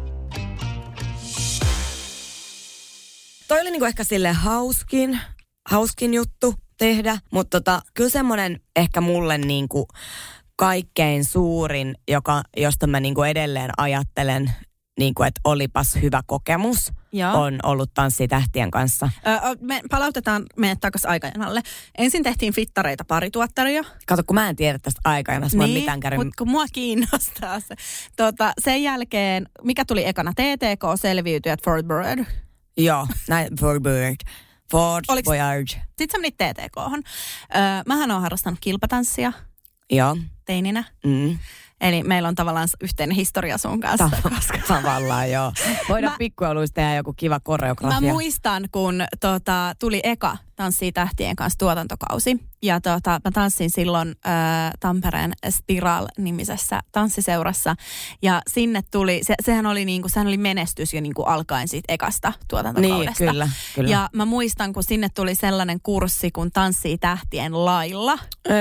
Toi oli niinku ehkä silleen hauskin, hauskin juttu tehdä, mutta tota, kyllä semmoinen ehkä mulle niinku kaikkein suurin, joka, josta mä niinku edelleen ajattelen, niinku, että olipas hyvä kokemus, Joo. on ollut Tanssitähtien kanssa. Öö, me palautetaan meidät takaisin aikajanalle. Ensin tehtiin fittareita parituottaria. Kato, kun mä en tiedä tästä aikajanasta, niin, mä en mitään käy. Mutta kun mua kiinnostaa se. Tota, sen jälkeen, mikä tuli ekana? T T K, selviytyjät, Fort Boyard. Joo, näin, Fort Boyard. Fort Boyard. Sitten sä menit T T K:hon. Öö, mähän oon harrastanut kilpatanssia. Joo. Teininä. Mm. Eli meillä on tavallaan yhteinen historia sun kanssa. Tav- koska... Tavallaan, joo. Voidaan mä... pikkualuissa tehdä joku kiva koreografia. Mä muistan, kun tota, tuli eka Tanssii tähtien kanssa tuotantokausi. Ja tota, mä tanssin silloin äh, Tampereen Spiral-nimisessä tanssiseurassa. Ja sinne tuli, se, sehän, oli niinku, sehän oli menestys jo niinku alkaen siitä ekasta tuotantokaudesta. Niin, kyllä, kyllä. Ja mä muistan, kun sinne tuli sellainen kurssi, kun Tanssii tähtien lailla.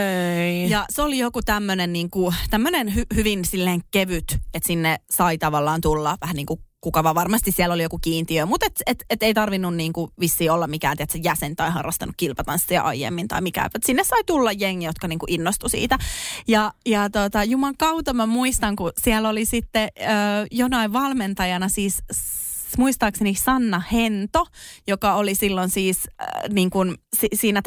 Ei. Ja se oli joku tämmönen, niinku, tämmönen hy, hyvin silleen kevyt, että sinne sai tavallaan tulla vähän niin kuin kuka vaan. Varmasti siellä oli joku kiintiö, mutta et, et, et ei tarvinnut niinku vissiin olla mikään tiedätkö, jäsen tai harrastanut kilpatanssia aiemmin tai mikään. Et sinne sai tulla jengi, jotka niinku innostui siitä. Ja, ja tota, Juman kautta mä muistan, kun siellä oli sitten ö, jonain valmentajana siis muistaakseni Sanna Hento, joka oli silloin siis äh, niin kuin si, siinä T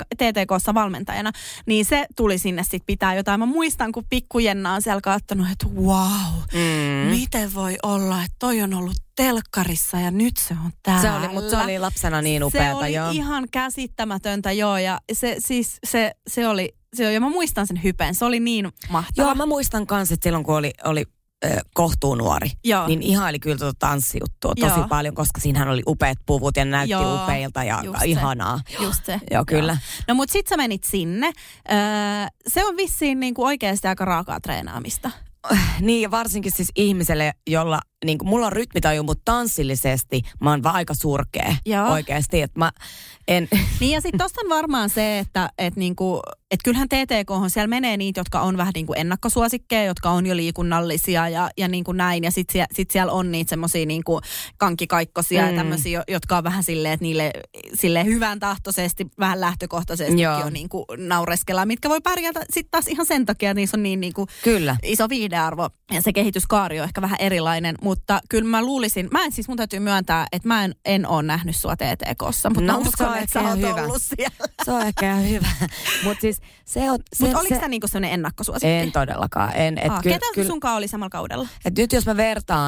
T K:ssa valmentajana, niin se tuli sinne sitten pitää jotain. Mä muistan, kun pikkujenna on siellä katsonut, että wow, mm. miten voi olla, että toi on ollut telkkarissa ja nyt se on täällä. Se oli, mutta se oli lapsena niin upeata, Se oli joo. ihan käsittämätöntä, joo, ja se siis, se, se oli, se, ja mä muistan sen hypen, se oli niin mahtava. Joo, mä muistan kanssa, että silloin kun oli, oli kohtuu nuori, Joo. niin ihaili kyllä tuota tanssijuttua tosi Joo. paljon, koska siinähän oli upeat puvut ja näytti Joo, upeilta ja just ihanaa. Se, just se. Joo, kyllä. Joo. No mut sit sä menit sinne. Öö, se on vissiin niinku oikeasti aika raakaa treenaamista. Niin, ja varsinkin siis ihmiselle, jolla, niin kuin mulla on rytmitaju, mutta tanssillisesti mä oon vaan aika surkea Joo. oikeasti, että mä en... Niin ja sitten tosta on varmaan se, että et niinku, et kyllähän T T K:hon siellä menee niitä, jotka on vähän niinku ennakkosuosikkeja, jotka on jo liikunnallisia ja, ja niinku näin. Ja sitten siellä, sit siellä on niitä semmosia niinku kankikaikkosia mm. ja tämmöisiä, jotka on vähän silleen, että niille silleen hyvän tahtoisesti, vähän lähtökohtaisesti jo niinku naureskellaan, mitkä voi pärjätä sitten taas ihan sen takia, että niissä on niin niinku kyllä. iso viihdearvo. Ja se kehityskaari on ehkä vähän erilainen, mutta kyllä mä luulisin, mä en siis mun täytyy myöntää, että mä en, en ole nähnyt sua T T K:ssa, mutta no, mä uskon, että sä oot hyvä. ollut siellä. Se on ehkä ihan hyvä. Mutta siis se on... Mutta oliko tämä niinku sellainen ennakkosuosikki? En todellakaan. En, et Aa, ky, ketä ky, sunkaan oli samalla kaudella? Et nyt jos mä vertaan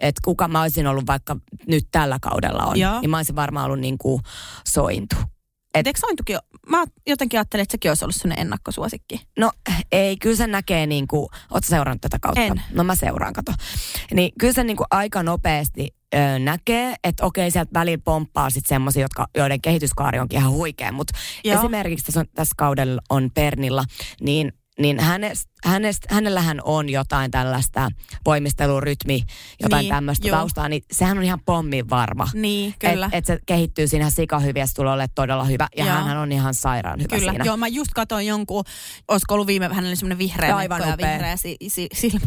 että kuka mä olisin ollut vaikka nyt tällä kaudella on, Joo. niin mä olisin varmaan ollut niin kuin Sointu. Et eikö Sointukin, mä jotenkin ajattelin, että sekin olisi ollut sellainen ennakkosuosikki. No ei, kyllä se näkee niin kuin, ootko seurannut tätä kautta? En. No mä seuraan, kato. Niin kyllä se niin kuin aika nopeasti ö, näkee, että okei, sieltä välillä pomppaa sitten semmoisia, joiden kehityskaari onkin ihan huikea. Mutta esimerkiksi tässä, on, tässä kaudella on Pernilla, niin niin hänes, hänes, hänellähän on jotain tällaista voimistelurytmi, jotain niin, tämmöistä joo. taustaa, niin sehän on ihan pommin varma. Niin, kyllä. Että et se kehittyy siinä sikahyviä, se tulee olemaan todella hyvä, ja Joo. hänhän on ihan sairaan hyvä Kyllä, siinä. joo, mä just katsoin jonkun, olisiko ollut viime, hänellä oli semmoinen vihreä Aivan mekko ja upea. vihreä si, si, silmä.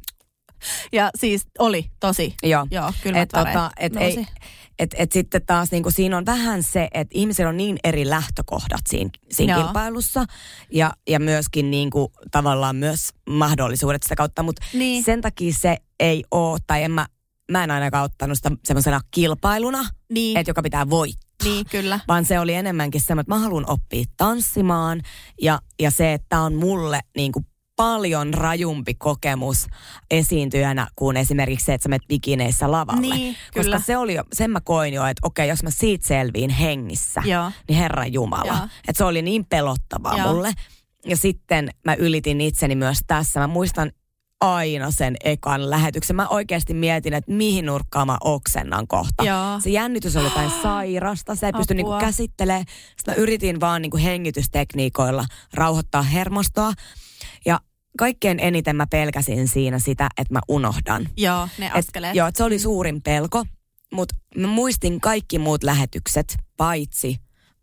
Ja siis oli tosi, Joo, joo kylmät et, väreet tota, et, nousi. ei, et, et sitten taas niinku, siinä on vähän se, että ihmisillä on niin eri lähtökohdat siinä, siinä Joo. kilpailussa ja, ja myöskin niinku, tavallaan myös mahdollisuudet sitä kautta, mutta Niin. sen takia se ei ole, tai en mä, mä en ainakaan ottanut sitä semmoisena kilpailuna, Niin, että joka pitää voittaa. niin kyllä. Vaan se oli enemmänkin semmoinen, että mä haluan oppia tanssimaan ja, ja se, että tää on mulle niinku paljon rajumpi kokemus esiintyjänä kuin esimerkiksi se, että sä menet bikineissä lavalle. Niin, Koska kyllä. se oli jo, sen mä koin jo, että okei, jos mä siitä selviin hengissä, Joo. niin Herran Jumala. Joo. Että se oli niin pelottavaa Joo. mulle. Ja sitten mä ylitin itseni myös tässä. Mä muistan aina sen ekan lähetyksen. Mä oikeasti mietin, että mihin nurkkaan mä oksennan kohta. Joo. Se jännitys oli jotain sairasta. Se ei pysty niinku Apua. käsittelemään. Sitten mä yritin vaan niinku hengitystekniikoilla rauhoittaa hermostoa. Ja kaikkein eniten mä pelkäsin siinä sitä, että mä unohdan. Joo, ne Et, askeleet. joo, että se oli suurin pelko. Mutta mä muistin kaikki muut lähetykset, paitsi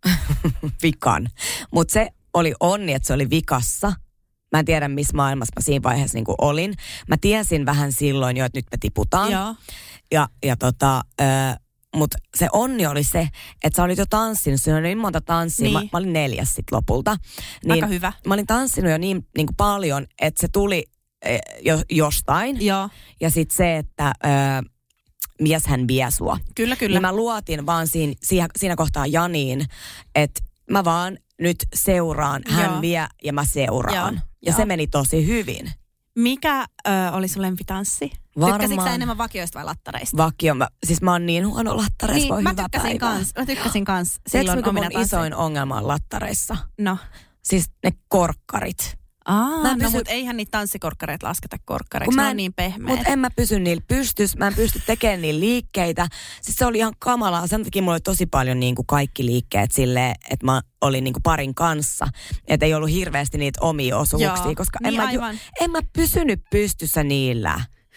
vikan. Mutta se oli onni, että se oli vikassa. Mä en tiedä, missä maailmassa mä siinä vaiheessa niin kuin olin. Mä tiesin vähän silloin jo, että nyt me tiputaan. Joo. Ja, ja tota, ö, mutta se onni oli se, että sä olit jo tanssinut. Siinä oli niin monta tanssia. Niin. Mä, mä olin neljäs sit lopulta. Niin, Aika hyvä. Mä olin tanssinut jo niin, niin kuin paljon, että se tuli eh, jo, jostain. Joo, Ja sitten se, että ö, mieshän vie sua. kyllä, kyllä. Niin mä luotin vaan siinä, siinä, siinä kohtaa Janiin, että mä vaan nyt seuraan. Hän Joo. vie ja mä seuraan. Joo. Ja Joo. se meni tosi hyvin. Mikä ö, oli sun lempitanssi? Varmaan- Tykkäsitkö sä enemmän vakioista vai lattareista? Vakio, mä, siis mä oon niin huono lattareissa, Niin, voi mä hyvä tykkäsin päivää. kans, mä tykkäsin kans Tiedätkö, silloin mikä omina mun tansseina. isoin ongelma on lattareissa? No. Siis ne korkkarit. Aa, Mä en no pysy- mut eihän niitä tanssikorkkareita lasketa korkkareiksi, Kun ne mä on en- niin pehmeät. Mutta en mä pysy niillä pystys, mä en pysty tekemään niillä liikkeitä. Siis se oli ihan kamalaa. Sen takia mulla oli tosi paljon niin kuin kaikki liikkeet silleen, että mä olin niin kuin parin kanssa. Että ei ollut hirveästi niitä omia osuuksia, Joo, koska niin en, mä, ju- aivan. en mä pysynyt pystyssä niillä.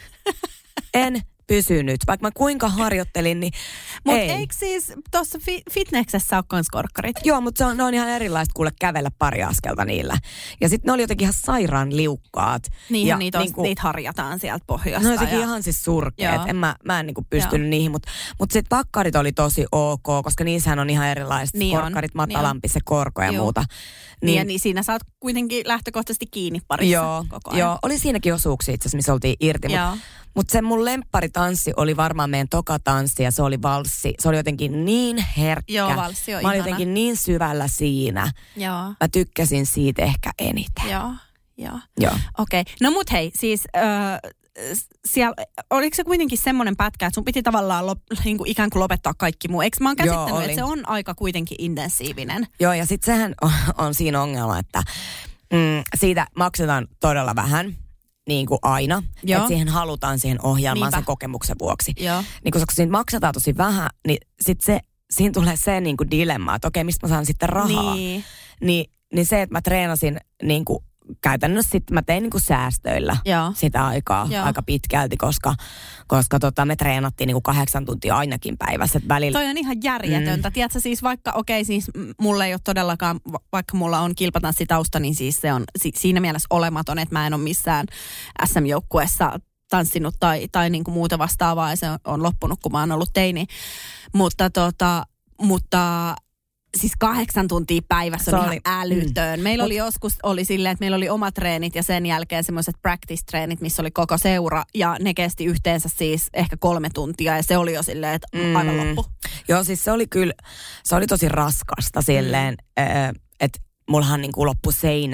En pysynyt. Vaikka mä kuinka harjoittelin, niin Mutta ei. eikö siis tuossa fi- fitneksessä ole kans korkkarit? Joo, mutta se on, ne on ihan erilaista kuule kävellä pari askelta niillä. Ja sitten ne oli jotenkin ihan sairaan liukkaat. Niinhän ja niitä, on, niinku- niitä harjataan sieltä pohjasta. No jotenkin ja... ihan siis surkeet. Joo. En mä, mä en niinku pystynyt Joo. niihin, mutta mut sitten pakkarit oli tosi ok, koska niissähän on ihan erilaiset Niin on, korkkarit, niin on. matalampi se korko ja Joo. muuta. Niin, ja niin siinä sä oot kuitenkin lähtökohtaisesti kiinni parissa joo, koko ajan. joo, oli siinäkin osuuksia itse asiassa, missä oltiin irti, mutta Joo. mut se mun lempparitanssi oli varmaan meidän toka tanssi ja se oli valssi. Se oli jotenkin niin herkkä. Joo, valssi on Mä olin ihana. jotenkin niin syvällä siinä. Joo, Mä tykkäsin siitä ehkä eniten. joo, joo. Joo. Okei, okay. No mut hei, siis äh, siellä, oliko se kuitenkin semmoinen pätkä, että sun piti tavallaan lop, niin kuin ikään kuin lopettaa kaikki muu? Eikö mä oon käsittänyt, Joo, oli. että se on aika kuitenkin intensiivinen? Joo, ja sitten sehän on, on siinä ongelma, että mm, siitä maksetaan todella vähän, niin kuin aina. Joo. Että siihen halutaan siihen ohjelmaan Niinpä. sen kokemuksen vuoksi. Joo. Niin koska siitä maksetaan tosi vähän, niin sitten se, siinä tulee se niin kuin dilemma, että okei, mistä mä saan sitten rahaa. Niin. Niin, niin se, että mä treenasin niin kuin käytännössä sitten mä tein niin kuin säästöillä Joo. sitä aikaa Joo. aika pitkälti, koska, koska tota, me treenattiin niin kuin kahdeksan tuntia ainakin päivässä. Et välillä, Toi on ihan järjetöntä. Mm. Tiedätkö siis vaikka, okei okay, siis m- mulla ei ole todellakaan, va- vaikka mulla on kilpatanssitausta, niin siis se on si- siinä mielessä olematon, että mä en ole missään S M-joukkueessa tanssinut tai, tai niin kuin muuta vastaavaa ja se on, on loppunut, kun mä oon ollut teini. Mutta tota, mutta siis kahdeksan tuntia päivässä Se on oli- ihan älytön. Meillä Mut- oli joskus oli silleen, että meillä oli omat treenit ja sen jälkeen semmoiset practice-treenit, missä oli koko seura ja ne kesti yhteensä siis ehkä kolme tuntia ja se oli jo silleen, että Mm. aivan loppu. Joo, siis se oli kyllä, se oli tosi raskasta silleen, mm. että mullahan niin kuin loppu seinään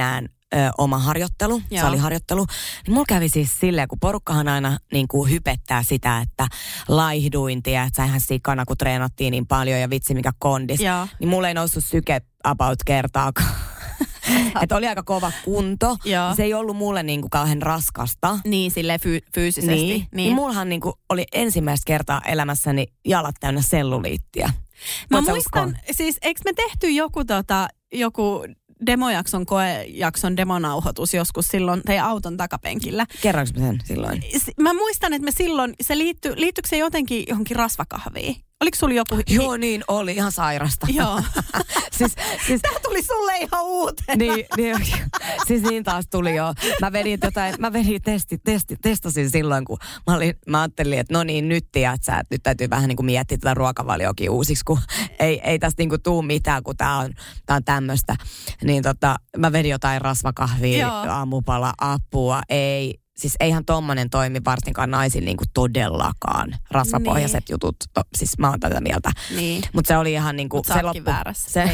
ö, oma harjoittelu, Joo. saliharjoittelu. Niin mulla kävi siis silleen, kun porukkahan aina niin kuin hypettää sitä, että laihduintia, että sähän sikana, kun treenattiin niin paljon ja vitsi mikä kondis. Joo. Niin mulla ei noussut syke about kertaakaan. Että oli aika kova kunto. Joo. Se ei ollut mulle niinku kauhean raskasta. Niin, silleen fy- fyysisesti. Niin. Niin. niin mullahan niinku oli ensimmäistä kertaa elämässäni jalat täynnä selluliittiä. Mä Voit sä muistan, uskoa? siis eikö me tehty joku, tota, joku demojakson, koejakson demonauhoitus joskus silloin teidän auton takapenkillä? Kerroinko mä sen silloin? S- Mä muistan, että me silloin, se liitty, liittyykö se jotenkin johonkin rasvakahviin? Oliko sulla joku... Joo, niin oli. Ihan sairasta. Joo. siis, siis, Tää tuli sulle ihan uuteen. niin, niin, siis niin taas tuli jo. Mä vedin, jotain, mä vedin testi, testi, testasin silloin, kun mä, olin, mä ajattelin, että no niin, nyt tiedät sä, että nyt täytyy vähän niin kuin miettiä tätä ruokavaliokin uusiksi, kun ei, ei tästä niin kuin tuu mitään, kun tää on, tää on tämmöistä. Niin tota, mä vedin jotain rasvakahvia, Joo. aamupala, apua, ei. Siis eihän tommonen toimi varsinkaan naisilla niinku todellakaan. Rasvapohjaiset niin. jutut, to, siis mä oon tätä mieltä. Niin. Mutta se oli ihan niinku... Mut sä se ootkin loppu, väärässä. Se, Hei,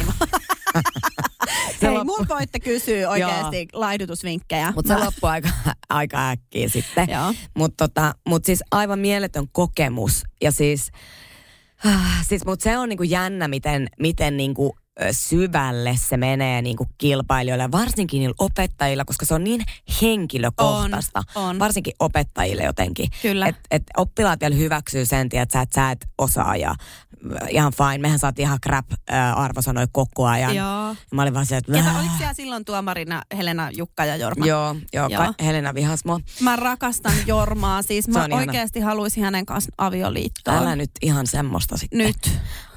se Hei loppu, multa voitte kysyä oikeasti laihdutusvinkkejä. mutta se loppui aika, aika äkkiä sitten. Mutta tota, mut siis aivan mieletön kokemus. Ja siis, äh, siis mutta se on niinku jännä, miten, miten niinku syvälle se menee niin kuin kilpailijoille, varsinkin niillä opettajilla, koska se on niin henkilökohtaista. On, on. Varsinkin opettajille jotenkin. Kyllä. Että et oppilaat vielä hyväksyy sen, että sä et, sä et osaa ja ihan fine. Mehän saatiin ihan crap-arvosanoja koko ajan. Joo. Mä olin vaan se, että... Ketä oliko siellä silloin tuomarina Helena, Jukka ja Jorma? Joo, joo, Joo. Ka- Helena vihas mua. Mä rakastan Jormaa, siis mä Se on ihana. oikeasti haluaisin hänen kanssa avioliittoon. Älä nyt ihan semmoista sitten. Nyt.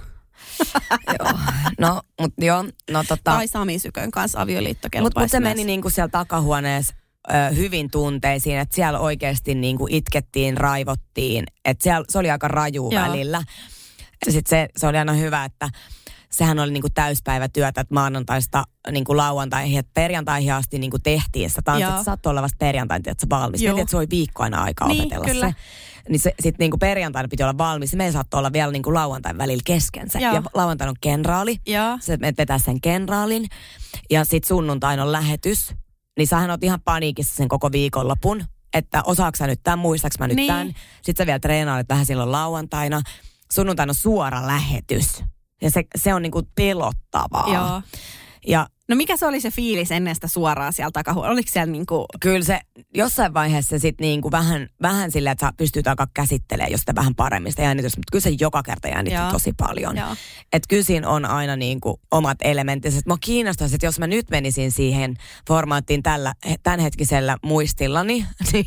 Joo. No, mut joo, no tota... Tai Sami Sykön kanssa avioliitto Mutta kelpaisi mut se myös. meni niinku siellä takahuoneessa ö, hyvin tunteisiin, että siellä oikeasti niinku itkettiin, raivottiin. Että siellä se oli aika raju Joo. välillä. Ja sit se, se oli aina hyvä, että sehän oli niinku täyspäivätyötä, että maanantaista niinku lauantaihin ja perjantaihin asti niinku tehtiin. Sitä tanssit, Joo. sä saattoi olla vasta perjantain, että sä valmis. Joo. Mietin, että se oli viikko aina aikaa Niin, opetella kyllä. se. Niin se, sit niinku perjantaina piti olla valmis. Me saattoi olla vielä niinku lauantain välillä kesken se. Joo. Ja lauantaina on kenraali. Joo. Se menet vetää sen kenraalin. Ja sit sunnuntain on lähetys. Niin sähän oot ihan paniikissa sen koko viikonlopun. Että osaaks sä nyt tämän, muistaaks mä nyt Niin. tämän. Sit sä vielä treenailet vähän silloin lauantaina. Sunnuntaina on suora lähetys. Ja se, se on niinku pelottavaa. Joo. Ja No mikä se oli se fiilis ennen sitä suoraan sieltä takahuoneella? Oliko siellä niinku... kyllä se jossain vaiheessa sit niinku vähän, vähän silleen, että sä pystyt alkaa käsittelemään jo sitä vähän paremmin sitä jännitystä. Mutta kyllä se joka kerta jännitti Joo. tosi paljon. Joo. Että kyllä siinä on aina niinku omat elementtiset. Mua kiinnostaisi, että jos mä nyt menisin siihen formaattiin tällä, tämänhetkisellä muistillani, niin...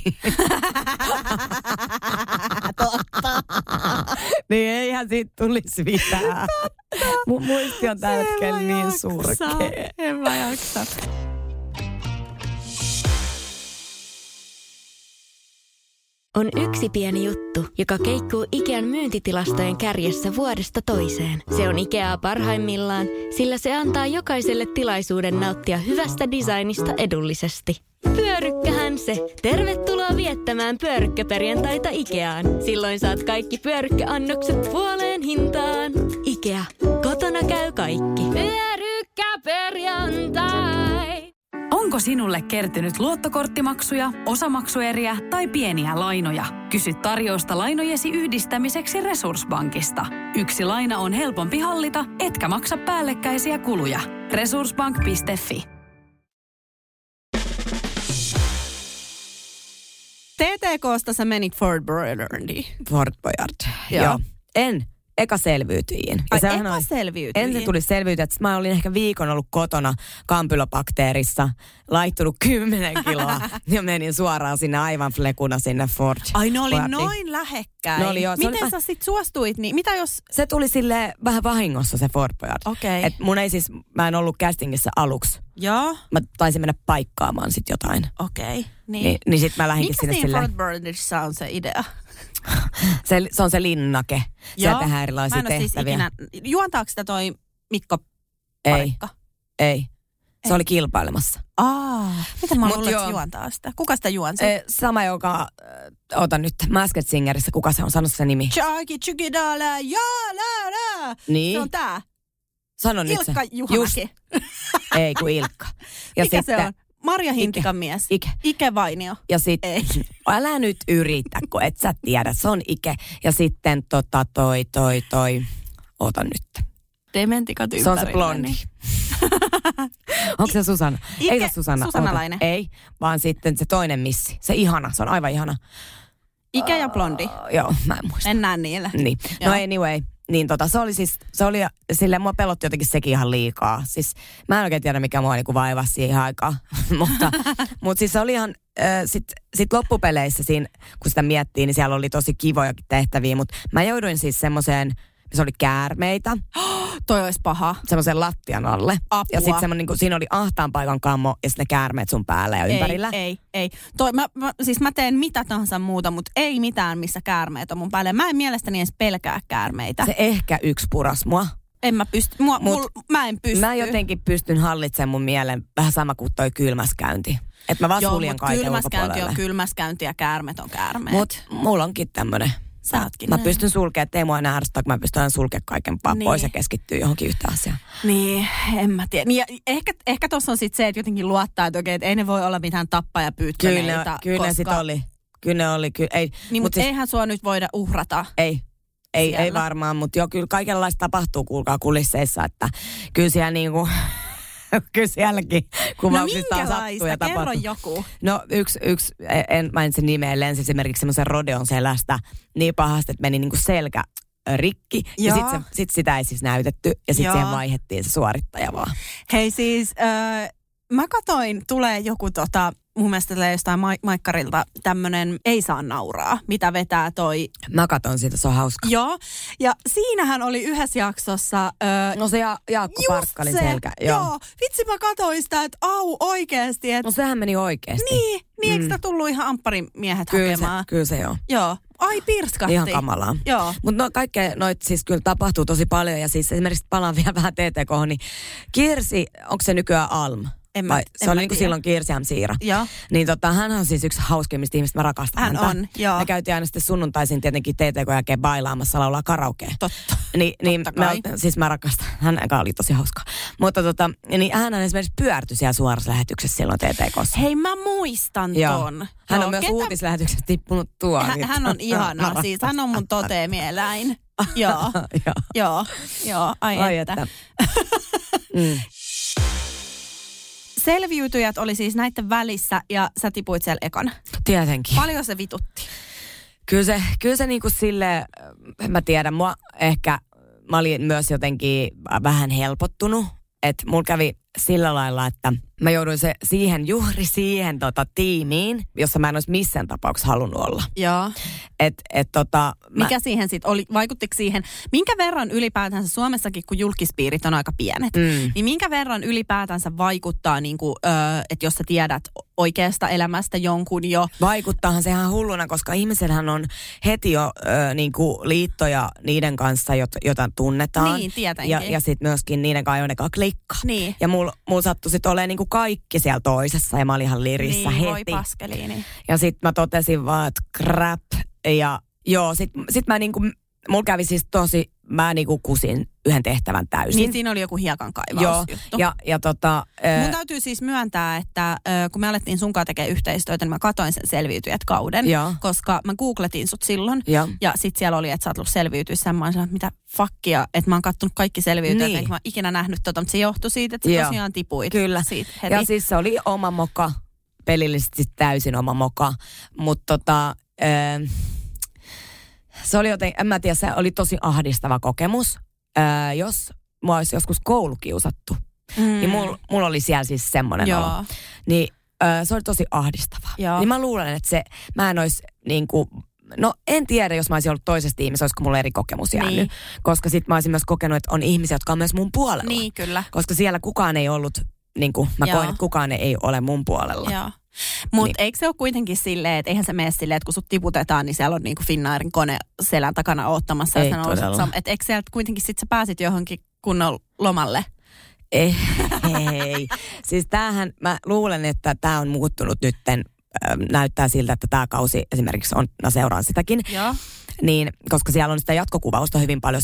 Totta. Niin eihän siitä tulisi mitään. Mun muisti on tällä hetkellä niin surkea. En mä jaksa. On yksi pieni juttu, joka keikkuu Ikean myyntitilastojen kärjessä vuodesta toiseen. Se on Ikeaa parhaimmillaan, sillä se antaa jokaiselle tilaisuuden nauttia hyvästä designista edullisesti. Pyörykkähän se. Tervetuloa viettämään pyörykkäperjantaita Ikeaan. Silloin saat kaikki pyörykkäannokset puoleen hintaan. Ikea. Kotona käy kaikki. Pyörykkäperjantai. Onko sinulle kertynyt luottokorttimaksuja, osamaksueriä tai pieniä lainoja? Kysy tarjousta lainojesi yhdistämiseksi Resurssbankista. Yksi laina on helpompi hallita, etkä maksa päällekkäisiä kuluja. resurssbank piste fi. T T K:sta sä menit Fort Boyardiin. Fort Boyard. Joo. Joo. En. Eka selviytyin. Ai, sehän eka oli- selviytyin. Ensin tuli selviytyä, että mä olin ehkä viikon ollut kotona kampylobakteerissa, laittunut kymmenen kiloa ja menin suoraan sinne aivan flekuna sinne Fort Ai ne oli Boyardiin. noin lähekkäin. Ne oli joo, se Miten oli- sä sit suostuit? Niin, mitä jos... Se tuli sille vähän vahingossa se Fort Boyard. Okei. Et mun ei siis, mä en ollut castingissa aluksi. Joo, Mä taisin mennä paikkaamaan sit jotain. okei. Niin. Niin, niin sit mä lähdinkin Mikä sinne siinä silleen. Fort Boyardissa on se idea? Se, se on se linnake. Siellä tehdään erilaisia Mä en oo siis tehtäviä. ikinä... Juontaako sitä toi Mikko ei, Parikka? ei. Se Ei. oli kilpailemassa. Aa, miten mä Mut luulen, että se joo. juontaa sitä? Kuka sitä juonsi? E, sama, joka, äh, otan nyt, Masked Singerissä, kuka se on, sano se nimi. Chaki chukidala, ja la la. Niin. Se on tää. Sano nyt se. Ilkka Juhamäki. Ei kun Ilkka. Ja Mikä sitten, se on? Marja Hintikan mies. Ike. Ike Vainio. Ja sit, Ei. älä nyt yritä, kun et sä tiedä, se on Ike. Ja sitten tota toi, toi, toi, oota nyt. Dementikat Se on se blondi. Onko se Susanna? Ike, Ei se Susanna. Susanalainen. Oota. Ei, vaan sitten se toinen missi. Se ihana, se on aivan ihana. Ike ja blondi. Uh, joo, mä en muista. Mennään niillä. Niin. No anyway, niin tota, se oli siis, se oli, silleen mua pelotti jotenkin sekin ihan liikaa. Siis mä en oikein tiedä, mikä mua niinku vaivasi siihen aikaan. mutta, mutta siis se oli ihan, äh, sit, sit loppupeleissä siinä, kun sitä miettii, niin siellä oli tosi kivojakin tehtäviä. Mutta mä jouduin siis semmoiseen, se oli käärmeitä. Toi olisi paha. Semmoisen lattian alle. Apua. Ja sitten semmoinen, niin siinä oli ahtaan paikan kammo ja sitten ne käärmeet sun päällä ja ympärillä. Ei, ei, ei. Toi, mä, mä, siis mä teen mitä tahansa muuta, mutta ei mitään, missä käärmeet on mun päälle. Mä en mielestäni edes pelkää käärmeitä. Se ehkä yksi puras mua. En mä pysty. Mua, Mut mul, mä en pysty. Mä jotenkin pystyn hallitsemaan mun mielen vähän sama kuin toi kylmäskäynti. Että mä vaan suljen kaiken kylmäskäynti ulkopuolelle. on kylmäskäynti ja käärmet on käärmeet. Mut mulla onkin tämmönen. Sä ootkin Mä näin. pystyn sulkemaan, ettei mua enää ärsyttää, kun mä pystyn aina sulkemaan kaiken niin. pois ja keskittyä johonkin yhtään asiaan. Niin, en mä tiedä. Niin ja ehkä, ehkä tossa on sit se, että jotenkin luottaa, että okei, että ei ne voi olla mitään tappajapyyttöneitä. Kyllä, kyllä koska... ne sit oli. Kyllä ne oli. Kyllä, ei, Niin, mutta siis, eihän sua nyt voida uhrata. Ei. Ei, siellä. ei varmaan, mutta joo, kyllä kaikenlaista tapahtuu, kuulkaa kulisseissa, että kyllä siellä niinku... Kyllä sielläkin kuvauksista no on sattuu ja tapahtuu. Kerro joku. No yksi, yksi en mainitse nimeä, lensi esimerkiksi semmoisen rodeon selästä niin pahasti, että meni niinku selkä rikki. Joo. Ja sitten sit sitä ei siis näytetty ja sitten siihen vaihdettiin se suorittaja vaan. Hei siis, äh, mä katoin, tulee joku tota, mun mielestä tulee jostain ma- Maikkarilta tämmönen ei saa nauraa, mitä vetää toi. Mä katon siitä, se on hauska. Joo, ja siinähän oli yhdessä jaksossa... Öö, no se ja, Jaakko Parkkalin se, selkä. Joo. joo, vitsi mä katoin sitä, että au oikeesti. Et... No sehän meni oikeesti. Niin, niin eikö sitä tullut ihan ampparimiehet kyllä hakemaan? Se, kyllä se joo. Joo, ai pirskatti. Ihan kamalaa. Joo. Mutta no kaikkea noit siis kyllä tapahtuu tosi paljon ja siis esimerkiksi palaan vielä vähän T T K:hon, niin Kirsi, onko se nykyään Alm? En mä, Vai, en se oli mä niin kuin tiedä. silloin Kirsi Siira. Joo. Niin tota, hän on siis yksi hauskimmista ihmistä, mä rakastan hän häntä. on, joo. Me käytiin aina sitten sunnuntaisin tietenkin T T K jälkeen bailaamassa laulaa karaokea. Totta. Ni, niin Totta kai. me, siis mä rakastan, hän oli tosi hauska. Mutta tota, niin hän esimerkiksi pyörtyi siellä suorassa lähetyksessä silloin T T K:ssa. Hei mä muistan joo. ton. Hän joo, on myös ketä... uutislähetyksessä tippunut tuon. Hän, hän on ihana, siis hän on mun toteemieläin. Joo, joo, joo, joo, ai, ai että. että. mm. Selviytyjät oli siis näiden välissä ja sä tipuit siellä ekana. Tietenkin. Paljon se vitutti? Kyllä se, kyllä se niinku sille, mä tiedän, mua ehkä, mä olin myös jotenkin vähän helpottunut. Että mulla kävi sillä lailla, että mä jouduin se siihen, juuri siihen tota, tiimiin, jossa mä en olisi missään tapauksessa halunnut olla. Joo. Et, et, tota, Mikä mä... siihen sitten oli, vaikuttiko siihen, minkä verran ylipäätänsä Suomessakin, kun julkispiirit on aika pienet, Mm. niin minkä verran ylipäätänsä vaikuttaa, niin kuin, öö, että jos sä tiedät oikeasta elämästä jonkun jo. Vaikuttaahan se ihan hulluna, koska ihmisellähän on heti jo ö, niin kuin liittoja niiden kanssa, jot, jota tunnetaan. Niin, tietenkin. Ja, ja sitten myöskin niiden kanssa, joiden kanssa klikkaa. Niin. Ja mulla mul sattui sitten olemaan niin kuin kaikki siellä toisessa ja mä olin ihan lirissä niin, heti. voi paskeliini. Ja sitten mä totesin vaan, että crap. Ja joo, sit, sit mä niinku, mulla kävi siis tosi, mä niinku kusin yhden tehtävän täysin. Niin siinä oli joku hiekankaivausjuttu. Joo, ja, ja tota... Mun täytyy siis myöntää, että äh, kun me alettiin sunkaan tekemään yhteistyötä, niin mä katoin sen Selviytyjät kauden, Joo. koska mä googletin sut silloin. Joo. Ja sit siellä oli, että sä oot ollut selviytyissä. Mä oon sanonut, mitä fuckia, että mä oon kattonut kaikki Selviytyjät, niin. enkä mä oon ikinä nähnyt tota, mutta se johtui siitä, että sä Joo. tosiaan tipuit. Kyllä. Siitä heti. Ja siis se oli oma moka, pelillisesti täysin oma moka, mutta tota... Äh, se oli joten, en mä tiedä, se oli tosi ahdistava kokemus. Äh, jos mua olisi joskus koulukiusattu, mm. niin mulla mul oli siellä siis semmoinen Joo. olo. Niin äh, se oli tosi ahdistavaa. Joo. Niin mä luulen, että se, mä en olisi niinku, no en tiedä, jos mä olisin ollut toisessa tiimissä, olisiko mulla eri kokemus jäänyt. Niin. Koska sit mä olisin myös kokenut, että on ihmisiä, jotka on myös mun puolella. Niin, kyllä. Koska siellä kukaan ei ollut, niin kuin mä Joo. koin, että kukaan ei ole mun puolella. Joo. Mutta Niin. eikö se ole kuitenkin silleen, että eihän se mene silleen, että kun sut tiputetaan, niin siellä on niinku Finnairin kone selän takana oottamassa. Ei ja todella. Että eikö sieltä kuitenkin sit sä pääsit johonkin kunnon lomalle? Ei, ei. Siis tämähän, mä luulen, että tämä on muuttunut nytten. Äh, näyttää siltä, että tämä kausi esimerkiksi on, mä seuraan sitäkin. Joo. Niin, koska siellä on sitä jatkokuvausta hyvin paljon siellä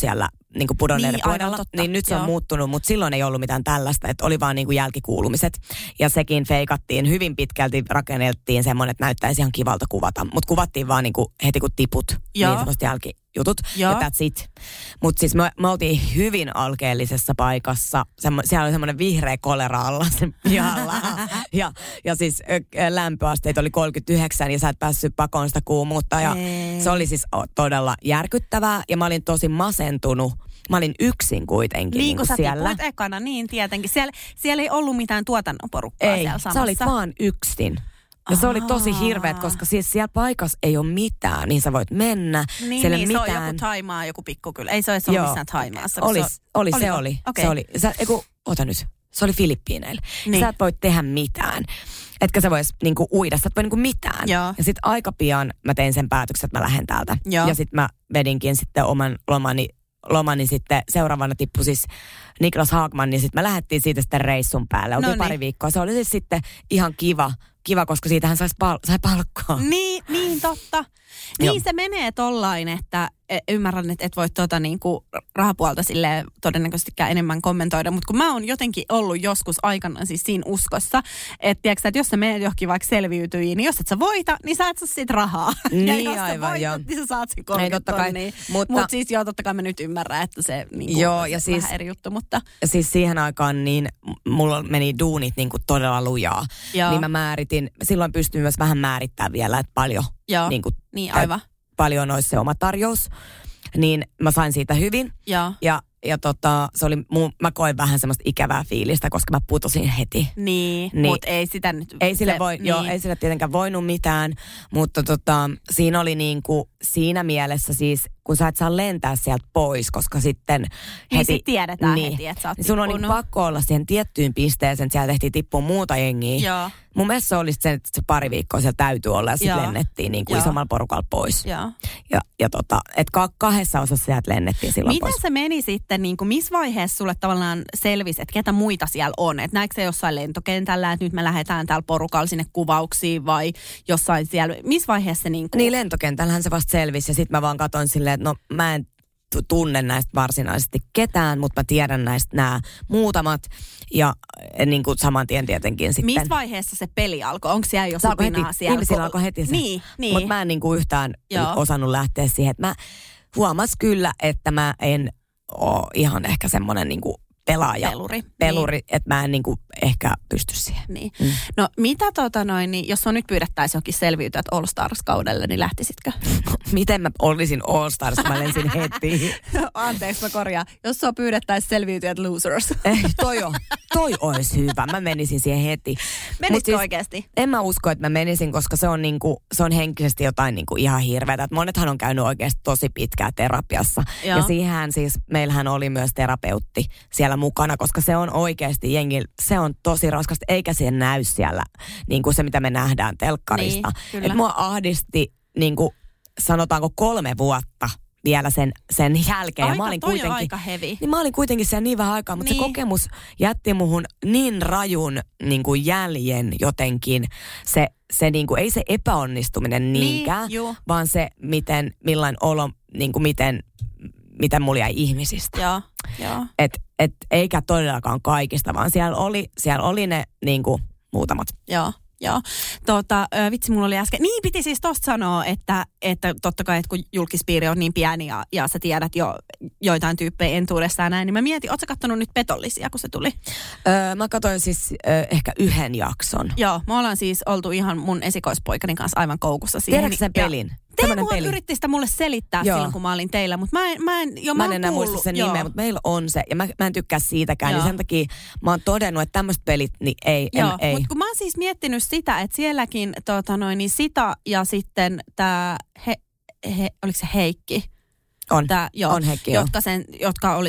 niinku pudonneiden Niin, aivan puolella. totta. Niin nyt se on Joo. muuttunut, mutta silloin ei ollut mitään tällaista, että oli vaan niinku jälkikuulumiset. Ja sekin feikattiin, hyvin pitkälti rakenneltiin semmoinen, että näyttäisi ihan kivalta kuvata. Mutta kuvattiin vaan niinku heti kun tiput, Joo. niin semmoista jälkijutut. Joo. Ja that's it. Mutta siis me, me oltiin hyvin alkeellisessa paikassa. Semmo, siellä oli semmoinen vihreä kolera alla sen pihalla. ja, ja siis ö, lämpöasteet oli kolmekymmentäyhdeksän ja sä et päässyt pakoon sitä kuumuutta. Ja Ei. se oli siis o, todella järkyttävää ja mä olin tosi masentunut. Mä olin yksin kuitenkin Niin niin kuin sä siellä. tipuit ekana, niin tietenkin. Siellä, siellä ei ollut mitään tuotannon porukkaa Ei, siellä samassa. sä olit vaan yksin. Ja se oli tosi Aa. hirveet, koska siis siellä paikassa ei ole mitään, mihin sä voit mennä. Niin, siellä ei niin ole se on mitään. joku Taimaa, joku pikkukylä. Ei se ole, se ole Joo. missään Taimaassa. kun Oli, se on- oli, se Oliko? oli. Okei. Se oli. Sä, eiku, ota nyt. Se oli Filippiineillä. Niin. Sä et voi tehdä mitään. Etkä sä vois niinku uida, sä et voi niinku mitään. Joo. Ja sit aika pian mä tein sen päätöksen, että mä lähden täältä. Joo. Ja sit mä vedinkin sitten oman lomani, lomani sitten seuraavana tippui siis Niklas Haagman, niin sitten me lähdettiin siitä sitten reissun päälle. Oltiin Noniin. pari viikkoa. Se oli siis sitten ihan kiva, kiva koska siitähän sais pal- sai palkkaa. Niin, niin totta. Joo. Niin se menee tollain, että e, ymmärrän, että et voi tuota niinku rahapuolta silleen todennäköisestikään enemmän kommentoida, mutta kun mä oon jotenkin ollut joskus aikanaan siis siinä uskossa, että tiiäksä, että jos sä menet johonkin vaikka selviytyihin, niin jos et sä voita, niin sä et saa siitä rahaa. Niin, ja jos sä aivan, voitat, joo. niin sä saat sen Ei, kolmekymmentä totta kai, tonnia. mutta- Mut siis joo, totta kai mä nyt ymmärrän, että se niinku, Joo, se ja on siis- vähän eri juttu, mutta Siis siihen aikaan niin mulla meni duunit niin kuin todella lujaa. Joo. Niin mä määritin, silloin pystyin myös vähän määrittämään vielä, että paljon, joo, niin kuin, niin aivan. paljon olisi se oma tarjous. Niin mä sain siitä hyvin. Joo. Ja, ja tota, se oli, mu, mä koin vähän semmoista ikävää fiilistä, koska mä putosin heti. Niin, Niin. mutta ei sitä nyt... Ei sille, se- voi, niin. joo, ei sille tietenkään voinut mitään, mutta tota, siinä oli niinku, siinä mielessä siis, kun sä et saa lentää sieltä pois, koska sitten Niin heti... sit tiedetään heti, että sä oot niin sun on niinku tippunut. pakko olla siihen tiettyyn pisteeseen, että siellä tehtiin tippua muuta jengiä. Joo, Mun mielestä se oli se, että se pari viikkoa siellä täytyy olla ja sitten Joo. lennettiin niinku Joo. isommalla porukalla pois. joo. Ja, ja tota, että ka- kahdessa osassa sieltä lennettiin silloin Miten pois. se meni sitten, niin kuin, missä vaiheessa sulle tavallaan selvisi, että ketä muita siellä on? Että näetkö se jossain lentokentällä, että nyt me lähdetään täällä porukalla sinne kuvauksiin vai jossain siellä? Missä vaiheessa se niin kuin... Niin lentokentällähän se vasta selvisi ja sitten mä vaan katsoin silleen, että no mä en tu- tunne näistä varsinaisesti ketään, mutta mä tiedän näistä nämä muutamat ja eh, niin kuin saman tien tietenkin sitten. Missä vaiheessa se peli alkoi? Onko siellä jo Se alkoi supinaa heti, siellä? ihmisillä alkoi heti se. Niin, niin. Mutta mä en niin kuin yhtään Joo. osannut lähteä siihen, että mä huomas kyllä, että mä en ole ihan ehkä semmoinen niin kuin pelaaja. Peluri. Peluri, että mä en niin kuin ehkä pysty siihen. Niin. Mm. No mitä tota noin, niin jos on nyt pyydettäisiin johonkin selviytyjät All Stars-kaudelle, niin lähtisitkö? Miten mä olisin All Stars, mä lensin heti. Anteeksi, mä korjaan. Jos sua pyydettäisiin selviytyjät Losers. Eh, toi on, toi olisi hyvä. Mä menisin siihen heti. Menisikö Mut siis oikeasti? En mä usko, että mä menisin, koska se on, niinku, se on henkisesti jotain niinku ihan hirveätä. Et monethan on käynyt oikeasti tosi pitkään terapiassa. Joo. Ja siihen siis, meillähän oli myös terapeutti siellä mukana, koska se on oikeasti jengi, se on tosi raskasta, eikä se näy siellä niin kuin se, mitä me nähdään telkkarista. Niin, kyllä. Et mua ahdisti, niin kuin, sanotaanko kolme vuotta vielä sen, sen jälkeen. Aika, ja mä olin toi on kuitenkin, aika hevi. niin mä olin kuitenkin siellä niin vähän aikaa, mutta Niin. se kokemus jätti muhun niin rajun niin kuin jäljen jotenkin. Se, se niin kuin, ei se epäonnistuminen niinkään, Niin, juu. vaan se, miten, millainen olo, niin kuin miten, miten mulla jäi ihmisistä. Joo, joo. Et, et, eikä todellakaan kaikista, vaan siellä oli, siellä oli ne niin kuin, muutamat. Joo, joo. Tota, ö, vitsi, mulla oli äsken. Niin, piti siis tosta sanoa, että, että totta kai, että kun julkispiiri on niin pieni ja, ja sä tiedät jo joitain tyyppejä entuudestaan näin, niin mä mietin, ootko sä kattonut nyt Petollisia, kun se tuli? Öö, mä katsoin siis öö, ehkä yhden jakson. Joo, me ollaan siis oltu ihan mun esikoispoikani kanssa aivan koukussa siihen. Tiedätkö sen Ja pelin? Teemu Semmoinen peli. yritti sitä mulle selittää Joo. silloin, kun mä olin teillä, mutta mä en, mä en, jo, Mä mä en oon enää muista kuullut, sen joo. nimeä, mutta meillä on se. Ja mä, mä en tykkää siitäkään. Joo. Niin sen takia mä oon todennut, että tämmöiset pelit, niin ei, en, Joo, ei. mutta kun mä oon siis miettinyt sitä, että sielläkin tota noin, niin Sita ja sitten tämä, he, he, oliko se Heikki? On, Tää, joo, on Heikki, joo. jotka, sen, jotka oli sitten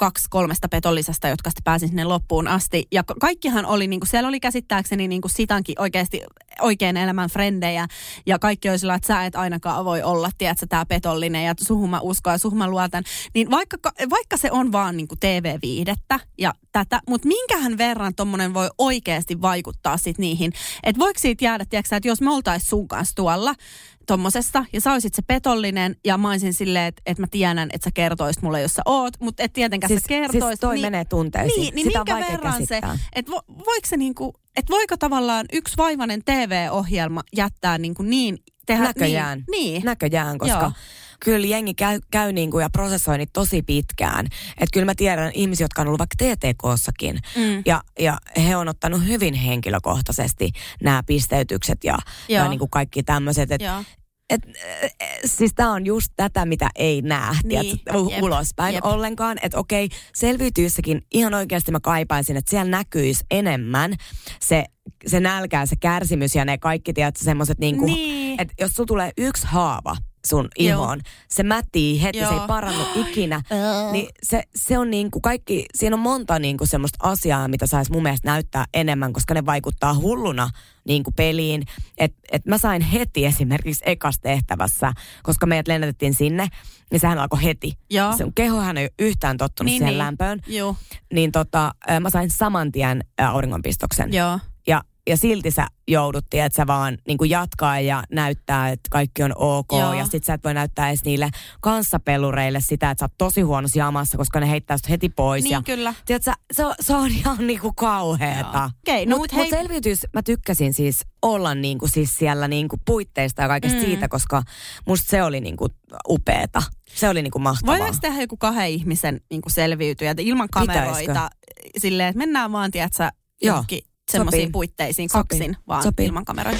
kaksi kolmesta petollisesta, jotka sitten pääsin sinne loppuun asti. Ja kaikkihan oli, niin kuin, siellä oli käsittääkseni niin kuin Sitankin oikeasti oikein elämän frendejä. Ja kaikki oli sillä, että sä et ainakaan voi olla, tiedätkö, tää petollinen ja suhun mä uskon ja suhun mä luotan. Niin vaikka, vaikka se on vaan niin kuin T V-viihdettä ja tätä, mutta minkähän verran tommonen voi oikeasti vaikuttaa sit niihin. Että voiko siitä jäädä, tiedätkö, että jos me oltais sun kanssa tuolla tommosessa, ja sä olisit se petollinen, ja mä olisin silleen, että, että mä tiedän, että sä kertoisit mulle, jos sä oot, mutta et tietenkään siis, sä kertoisit. Siis toi niin, menee tunteisiin. Niin, niin sitä minkä on vaikea verran käsittää. se, että vo, voiko se niinku, että voiko tavallaan yksi vaivainen T V-ohjelma jättää niinku niin, tehdä Näköjään. niin. niin. Näköjään, koska Joo. kyllä jengi käy, käy niinku ja prosessoi niitä tosi pitkään. Että kyllä mä tiedän ihmisiä, jotka on ollut vaikka T T K:ssakin. Mm. Ja, ja he on ottanut hyvin henkilökohtaisesti nämä pisteytykset ja, ja niinku kaikki tämmöiset. Että et, siis tää on just tätä, mitä ei näe niin, tiedät, ulospäin jep. ollenkaan. Että okei, selviytyissäkin ihan oikeasti mä kaipaisin, että siellä näkyisi enemmän se, se nälkä ja se kärsimys ja ne kaikki, tiedät, semmoiset niinku, niin. Että jos sulla tulee yksi haava sun ihoon, Joo. se mätii heti, Joo. se ei parannu ikinä, niin se, se on niinku kaikki, siinä on monta niinku semmoista asiaa, mitä saisi mun mielestä näyttää enemmän, koska ne vaikuttaa hulluna niinku peliin. Että et mä sain heti esimerkiksi ekas tehtävässä, koska meidät lennätettiin sinne, niin sehän alkoi heti. Joo. Se kehohan ei ole yhtään tottunut niin, siihen niin. lämpöön. Joo. Niin tota, mä sain saman tien auringonpistoksen. Joo. Ja Ja silti sä joudut, että sä vaan niin kuin jatkaa ja näyttää, että kaikki on ok. Joo. Ja sit sä et voi näyttää edes niille kanssapelureille sitä, että sä oot tosi huonossa jamassa, koska ne heittää sut heti pois. Niin, ja, kyllä. Tiedätkö, se, on, se on ihan niin kuin kauheeta. Okay, no, Mutta mut mut selviytyys, mä tykkäsin siis olla niin kuin siis siellä niin kuin puitteista ja kaikesta mm. siitä, koska musta se oli niin kuin upeeta. Se oli niin kuin mahtavaa. Voidaanko tehdä joku kahden ihmisen niin kuin selviytyjä ilman kameroita? Pitäisikö? Silleen, että mennään vaan, tiedätkö, johonkin semmoisiin puitteisiin, kaksin Sopii. vaan Sopii. ilman kameroita.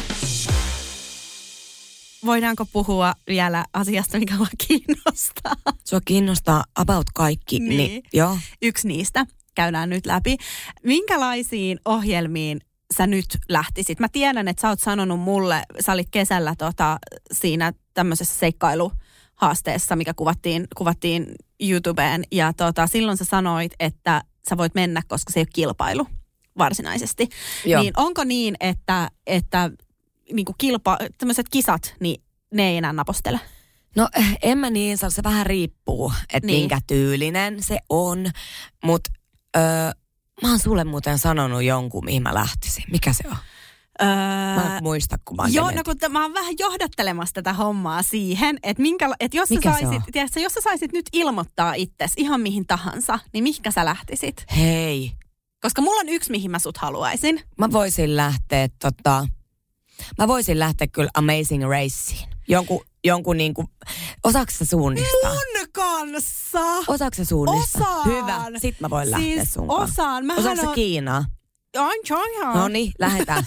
Voidaanko puhua vielä asiasta, mikä mua kiinnostaa? Sua kiinnostaa about kaikki. Niin. niin joo. Yksi niistä käydään nyt läpi. Minkälaisiin ohjelmiin sä nyt lähtisit? Mä tiedän, että sä oot sanonut mulle, sä olit kesällä tota, siinä tämmöisessä seikkailuhaasteessa, mikä kuvattiin, kuvattiin YouTubeen. Ja tota, silloin sä sanoit, että sä voit mennä, koska se ei ole kilpailu varsinaisesti. Joo. Niin onko niin, että, että niin kuin kilpa, tämmöiset kisat, niin ne ei enää napostele? No en mä niin, se vähän riippuu, että niin. minkä tyylinen se on. Mutta öö, mä oon sulle muuten sanonut jonkun, mihin mä lähtisin. Mikä se on? Öö, mä en muista, kun mä oon Joo, no kun t- mä oon vähän johdattelemassa tätä hommaa siihen, että minkä, et jos, sä saisit, tiedätkö, jos sä saisit nyt ilmoittaa itsesi ihan mihin tahansa, niin mihinkä sä lähtisit? Hei. Koska mulla on yksi, mihin mä sut haluaisin. Mä voisin lähteä, tota, mä voisin lähteä kyllä Amazing Raceen. Jonkun, jonkun niinku, osaatko sä suunnistaa? Mun kanssa! Osaatko sä suunnistaa? Osaan! Hyvä, sit mä voin lähteä siis sun kanssa. osaan. Mähän osaatko sä on... Kiinaa? On, no niin, lähdetään.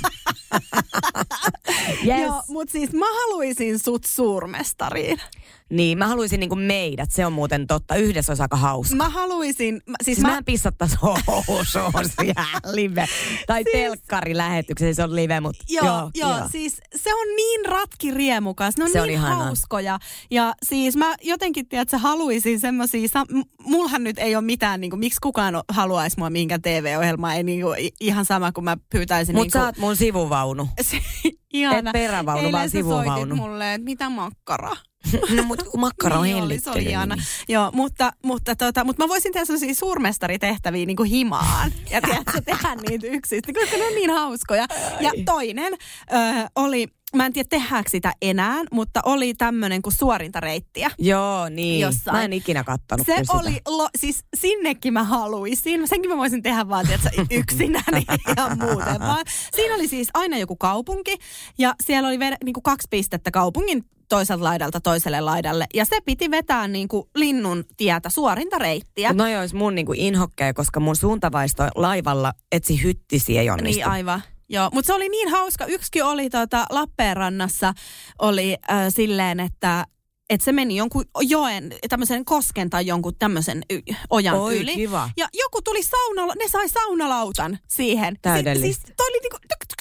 Yes. Joo, mutta siis mä haluaisin sut suurmestariin. Niin, mä haluaisin niinku meidät, se on muuten totta, yhdessä olisi aika hauska. Mä haluaisin... Mä, siis siis mä... mä en pissattais housuun siellä live. Tai siis... telkkarilähetyksessä, se on live, mutta joo, joo, joo, joo. Siis se on niin ratkiriemukas, ne on se niin on hauskoja. Ja siis mä jotenkin, tiedät, sä haluaisin semmosia... Mulhan nyt ei ole mitään, niin kuin, miksi kukaan haluaisi mua mihinkään T V-ohjelmaan, ei niin kuin, ihan sama kuin mä pyytäisin... Mut niin sä kuin... oot mun sivuvaunu. Ihana. Et perävaunu, eilen vaan sivuvaunu. Eilen sä soitit mulle, että mitä makkara? No mutta makkara on niin hellittelyyn. Niin. Joo, mutta, mutta, tota, mutta mä voisin tehdä sellaisia suurmestaritehtäviä niin kuin himaan. Ja tiedätkö, tehdä niitä yksin, koska ne on niin hauskoja. Ja toinen ö, oli, mä en tiedä tehdäänkö sitä enää, mutta oli tämmöinen kuin suorintareittiä. Joo, niin. Jossain. Mä en ikinä kattonut se sitä. oli, lo, siis sinnekin mä haluaisin. Senkin mä voisin tehdä vaan, tiedätkö, yksinään ihan muuten. Vaan siinä oli siis aina joku kaupunki ja siellä oli niin kuin kaksi pistettä kaupungin toiselta laidalta toiselle laidalle. Ja se piti vetää niin kuin linnun tietä suorinta reittiä. Noi olisi mun niin kuin inhokkeja, koska mun suuntavaisto laivalla etsi hyttisiä ei onnistu. Niin aivan. Joo, mutta se oli niin hauska. Yksikin oli tota, Lappeenrannassa oli äh, silleen, että että se meni jonkun joen, tämmöisen kosken tai jonkun tämmöisen y- ojan Oi, yli. Kiva. Ja joku tuli saunalla, ne sai saunalautan siihen. Täydellistä. Si- siis toi oli niinku...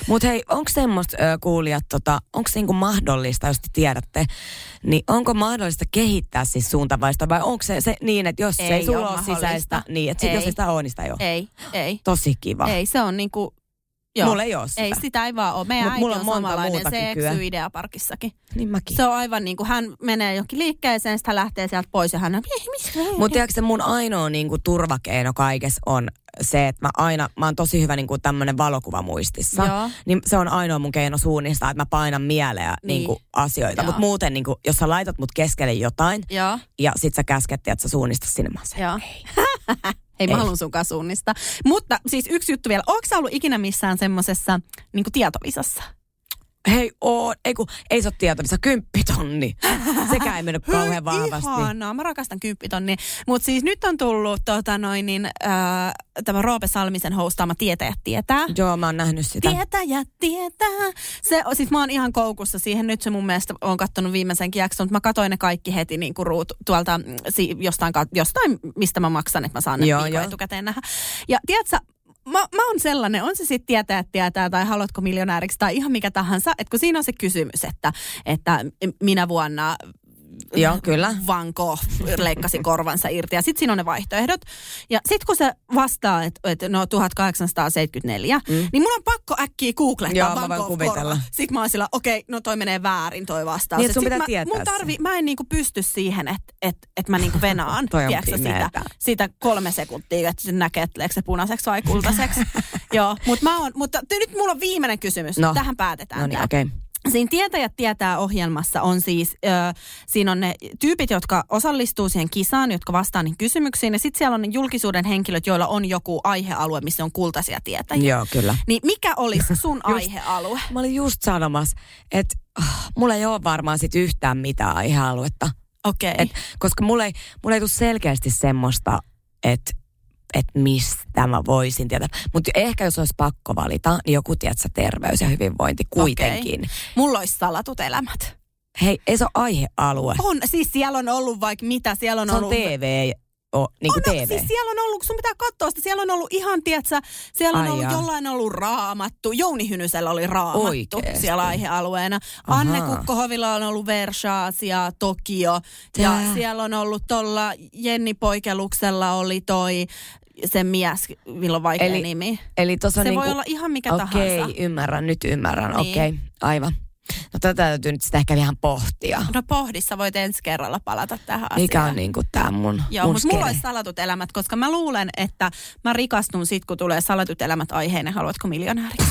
Mutta hei, onko semmoista ö, kuulijat, tota, onko se niinku mahdollista, jos te tiedätte, niin onko mahdollista kehittää siis suuntavaista vai onko se, se niin, että jos ei se ei sulla ole sisäistä, niin että sit, jos ei sitä ole, niin sitä ei ole? Ei, ei. Tosi kiva. Ei, se on niinku... Joo. Mulla ei ole sitä. Ei, sitä ei vaan ole. Meidän Mut äiti mulla on, on monta samanlainen. muutakin Se kykyä. eksyy Ideaparkissakin. Niin mäkin. Se on aivan niin kuin hän menee johonkin liikkeeseen, sitten hän lähtee sieltä pois ja hän on, mistä? Mutta tiedätkö se mun ainoa niinku turvakeino kaikessa on se, että mä aina, mä oon tosi hyvä niinku tämmönen valokuvamuistissa. Joo. Niin se on ainoa mun keino suunnistaa, että mä painan mieleen Niin. niinku asioita. Joo. Mutta muuten niinku, jos sä laitat mut keskelle jotain Joo. ja sit sä käsket, että sä suunnista sinne, mä sen, Joo. ei. Ei, mä Ei. haluan sunkaan suunnistaa. Mutta siis yksi juttu vielä. Ootko sä ollut ikinä missään semmosessa niin kuin tietovisassa? Hei, oo, ei kun, ei se ole tietoissa, kymppitonni. Sekään ei mennyt kauhean vahvasti. Ihanaa, mä rakastan kymppitonnia. Mutta siis nyt on tullut tota noin, niin, äh, tämä Roope Salmisen hostaama Tietäjät tietää. Joo, mä oon nähnyt sitä. Tietäjät tietää. Se, siis mä oon ihan koukussa siihen. Nyt se mun mielestä on kattonut viimeisenkin jakson, mutta mä katoin ne kaikki heti niin kuin ruut, tuolta mm, si, jostain, jostain, mistä mä maksan, että mä saan ne Joo, viikon joo. etukäteen nähdä. Ja tiedätkö, Mä, mä oon sellainen, on se sitten Tietäjät tietää tai Haluatko miljonääriksi tai ihan mikä tahansa, että kun siinä on se kysymys, että, että minä vuonna Joo, kyllä. Van Gogh leikkasi korvansa irti ja sitten siinä on ne vaihtoehdot. Ja sitten kun se vastaa, että et, no tuhatkahdeksansataaseitsemänkymmentäneljä, mm. niin mun on pakko äkkiä googlettaa Joo, mä Van voin Gogh kuvitella. korva. Sitten mä oon sillä, okei, okay, no toi menee väärin toi vastaus. Niin, et sun Et sit pitää mä, tietää mun tarvi, mä en niinku pysty siihen, että et, et mä niinku venaan, Toi on tiedätkö, sitä, pimeetä. sitä kolme sekuntia, että se näkee, että se punaiseksi vai kultaiseksi. Joo, mut mä oon, mutta nyt mulla on viimeinen kysymys. No. Tähän päätetään. No niin, tää. okei. Okay. Siinä Tietäjät tietää -ohjelmassa on siis, ö, siinä on ne tyypit, jotka osallistuu siihen kisaan, jotka vastaa niihin kysymyksiin. Ja sitten siellä on ne julkisuuden henkilöt, joilla on joku aihealue, missä on kultaisia tietäjiä. Joo, kyllä. Niin mikä olisi sun aihealue? Mä olin just sanomassa, että oh, mulla ei ole varmaan sit yhtään mitään aihealuetta. Okei. Okay. Et, koska mulla ei, mulla ei tule selkeästi semmoista, että et mistä mä voisin tietää. Mutta ehkä jos olisi pakko valita, niin joku, tiedätkö, terveys ja hyvinvointi kuitenkin. Okay. Mulla olisi Salatut elämät. Hei, ei se ole aihealue. On, siis siellä on ollut vaikka mitä, siellä on Se on ollut... T V, o, niin kuin on, T V. Siis siellä on ollut, sun pitää katsoa sitä, siellä on ollut ihan, tiedätkö, siellä on Ai ollut, jaa. jollain ollut Raamattu. Jouni Hynysellä oli Raamattu Oikeesti? siellä aihealueena. Ahaa. Anne Kukkohovilla on ollut Versace ja Tokio. Tää. Ja siellä on ollut tuolla Jenni Poikeluksella oli toi se mies, milloin vaikea Eli- nimi. Eli tossa on Se niinku, voi olla ihan mikä okei, tahansa. ymmärrän, nyt ymmärrän, Niin. okei, aivan. No tätä täytyy nyt sitä ehkä vähän pohtia. No pohdissa voit ensi kerralla palata tähän Mikä asiaan. on niinku tää mun, Joo, mun mutta mulla skene? olisi Salatut elämät, koska mä luulen, että mä rikastun sit, kun tulee Salatut elämät aiheinen. Haluatko miljonääriksi?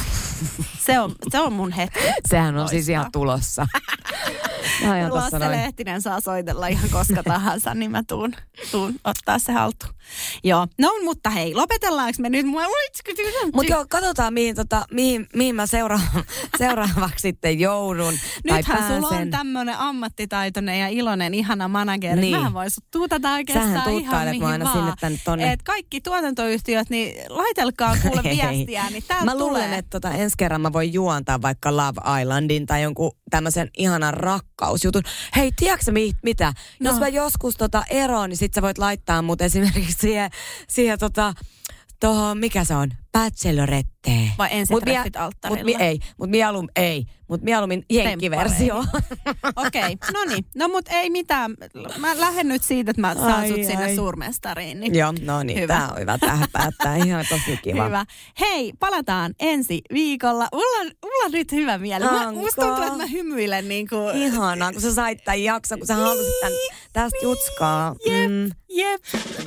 se, on, se on mun hetki. Sehän on siis ihan tulossa. Mä aion tossa Lasse noin. Lehtinen saa soitella ihan koska tahansa, niin mä tuun, tuun ottaa se haltuun. Joo, no mutta hei, lopetellaanko me nyt? Mutta joo, katsotaan mihin, tota, mihin, mihin mä seura- seuraavaksi sitten joudun. tai Nythän sulla on pääsen. tämmönen ammattitaitoinen ja iloinen, ihana manageri. Niin. Mähän vois tuutata oikeastaan Sähän ihan tuuttailet mihin mua aina vaan. sinne tänne tonne. Et kaikki tuotantoyhtiöt, niin laitelkaa kuule Ei. viestiä, niin täältä Mä tulee. luulen, että tota, ensi kerran mä voin juontaa vaikka Love Islandin tai jonkun tämmöisen ihanan rakkausjutun. Hei, tiedätkö mi- mitä? No. Jos mä joskus tota eroon, niin sit sä voit laittaa mut esimerkiksi siihen, siihen tota, tohon, mikä se on? Bacheloretteen. Vai ensitreffit alttarilla? Mut, mi- ei, mut mieluummin, ei, mut mieluummin jenkkiversio. Okei, okay, no niin. No mut ei mitään. Mä lähden nyt siitä, että mä saan Ai, sut sinne ai. suurmestariin. Niin. Joo, no niin, Hyvä. tää on hyvä tähän päättää. Ihan tosi kiva. Hyvä. Hei, palataan ensi viikolla. Mulla on, mulla on nyt hyvä mieli. Mä, Onko? musta tuntuu, että mä hymyilen niin kuin... Ihanaa, kun sä sait tämän jakson, kun sä halusit tän, tästä jutskaa. Jep, Mm. jep.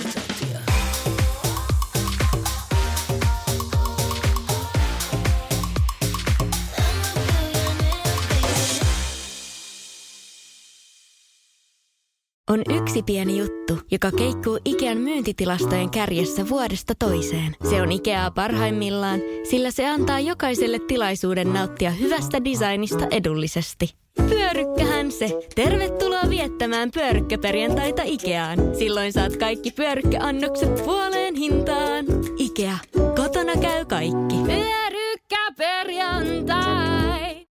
On yksi pieni juttu, joka keikkuu Ikean myyntitilastojen kärjessä vuodesta toiseen. Se on Ikeaa parhaimmillaan, sillä se antaa jokaiselle tilaisuuden nauttia hyvästä designista edullisesti. Pyörykkähän se! Tervetuloa viettämään pyörykkäperjantaita Ikeaan. Silloin saat kaikki pyörykkäannokset puoleen hintaan. Ikea. Kotona käy kaikki. Pyörykkäperjantai!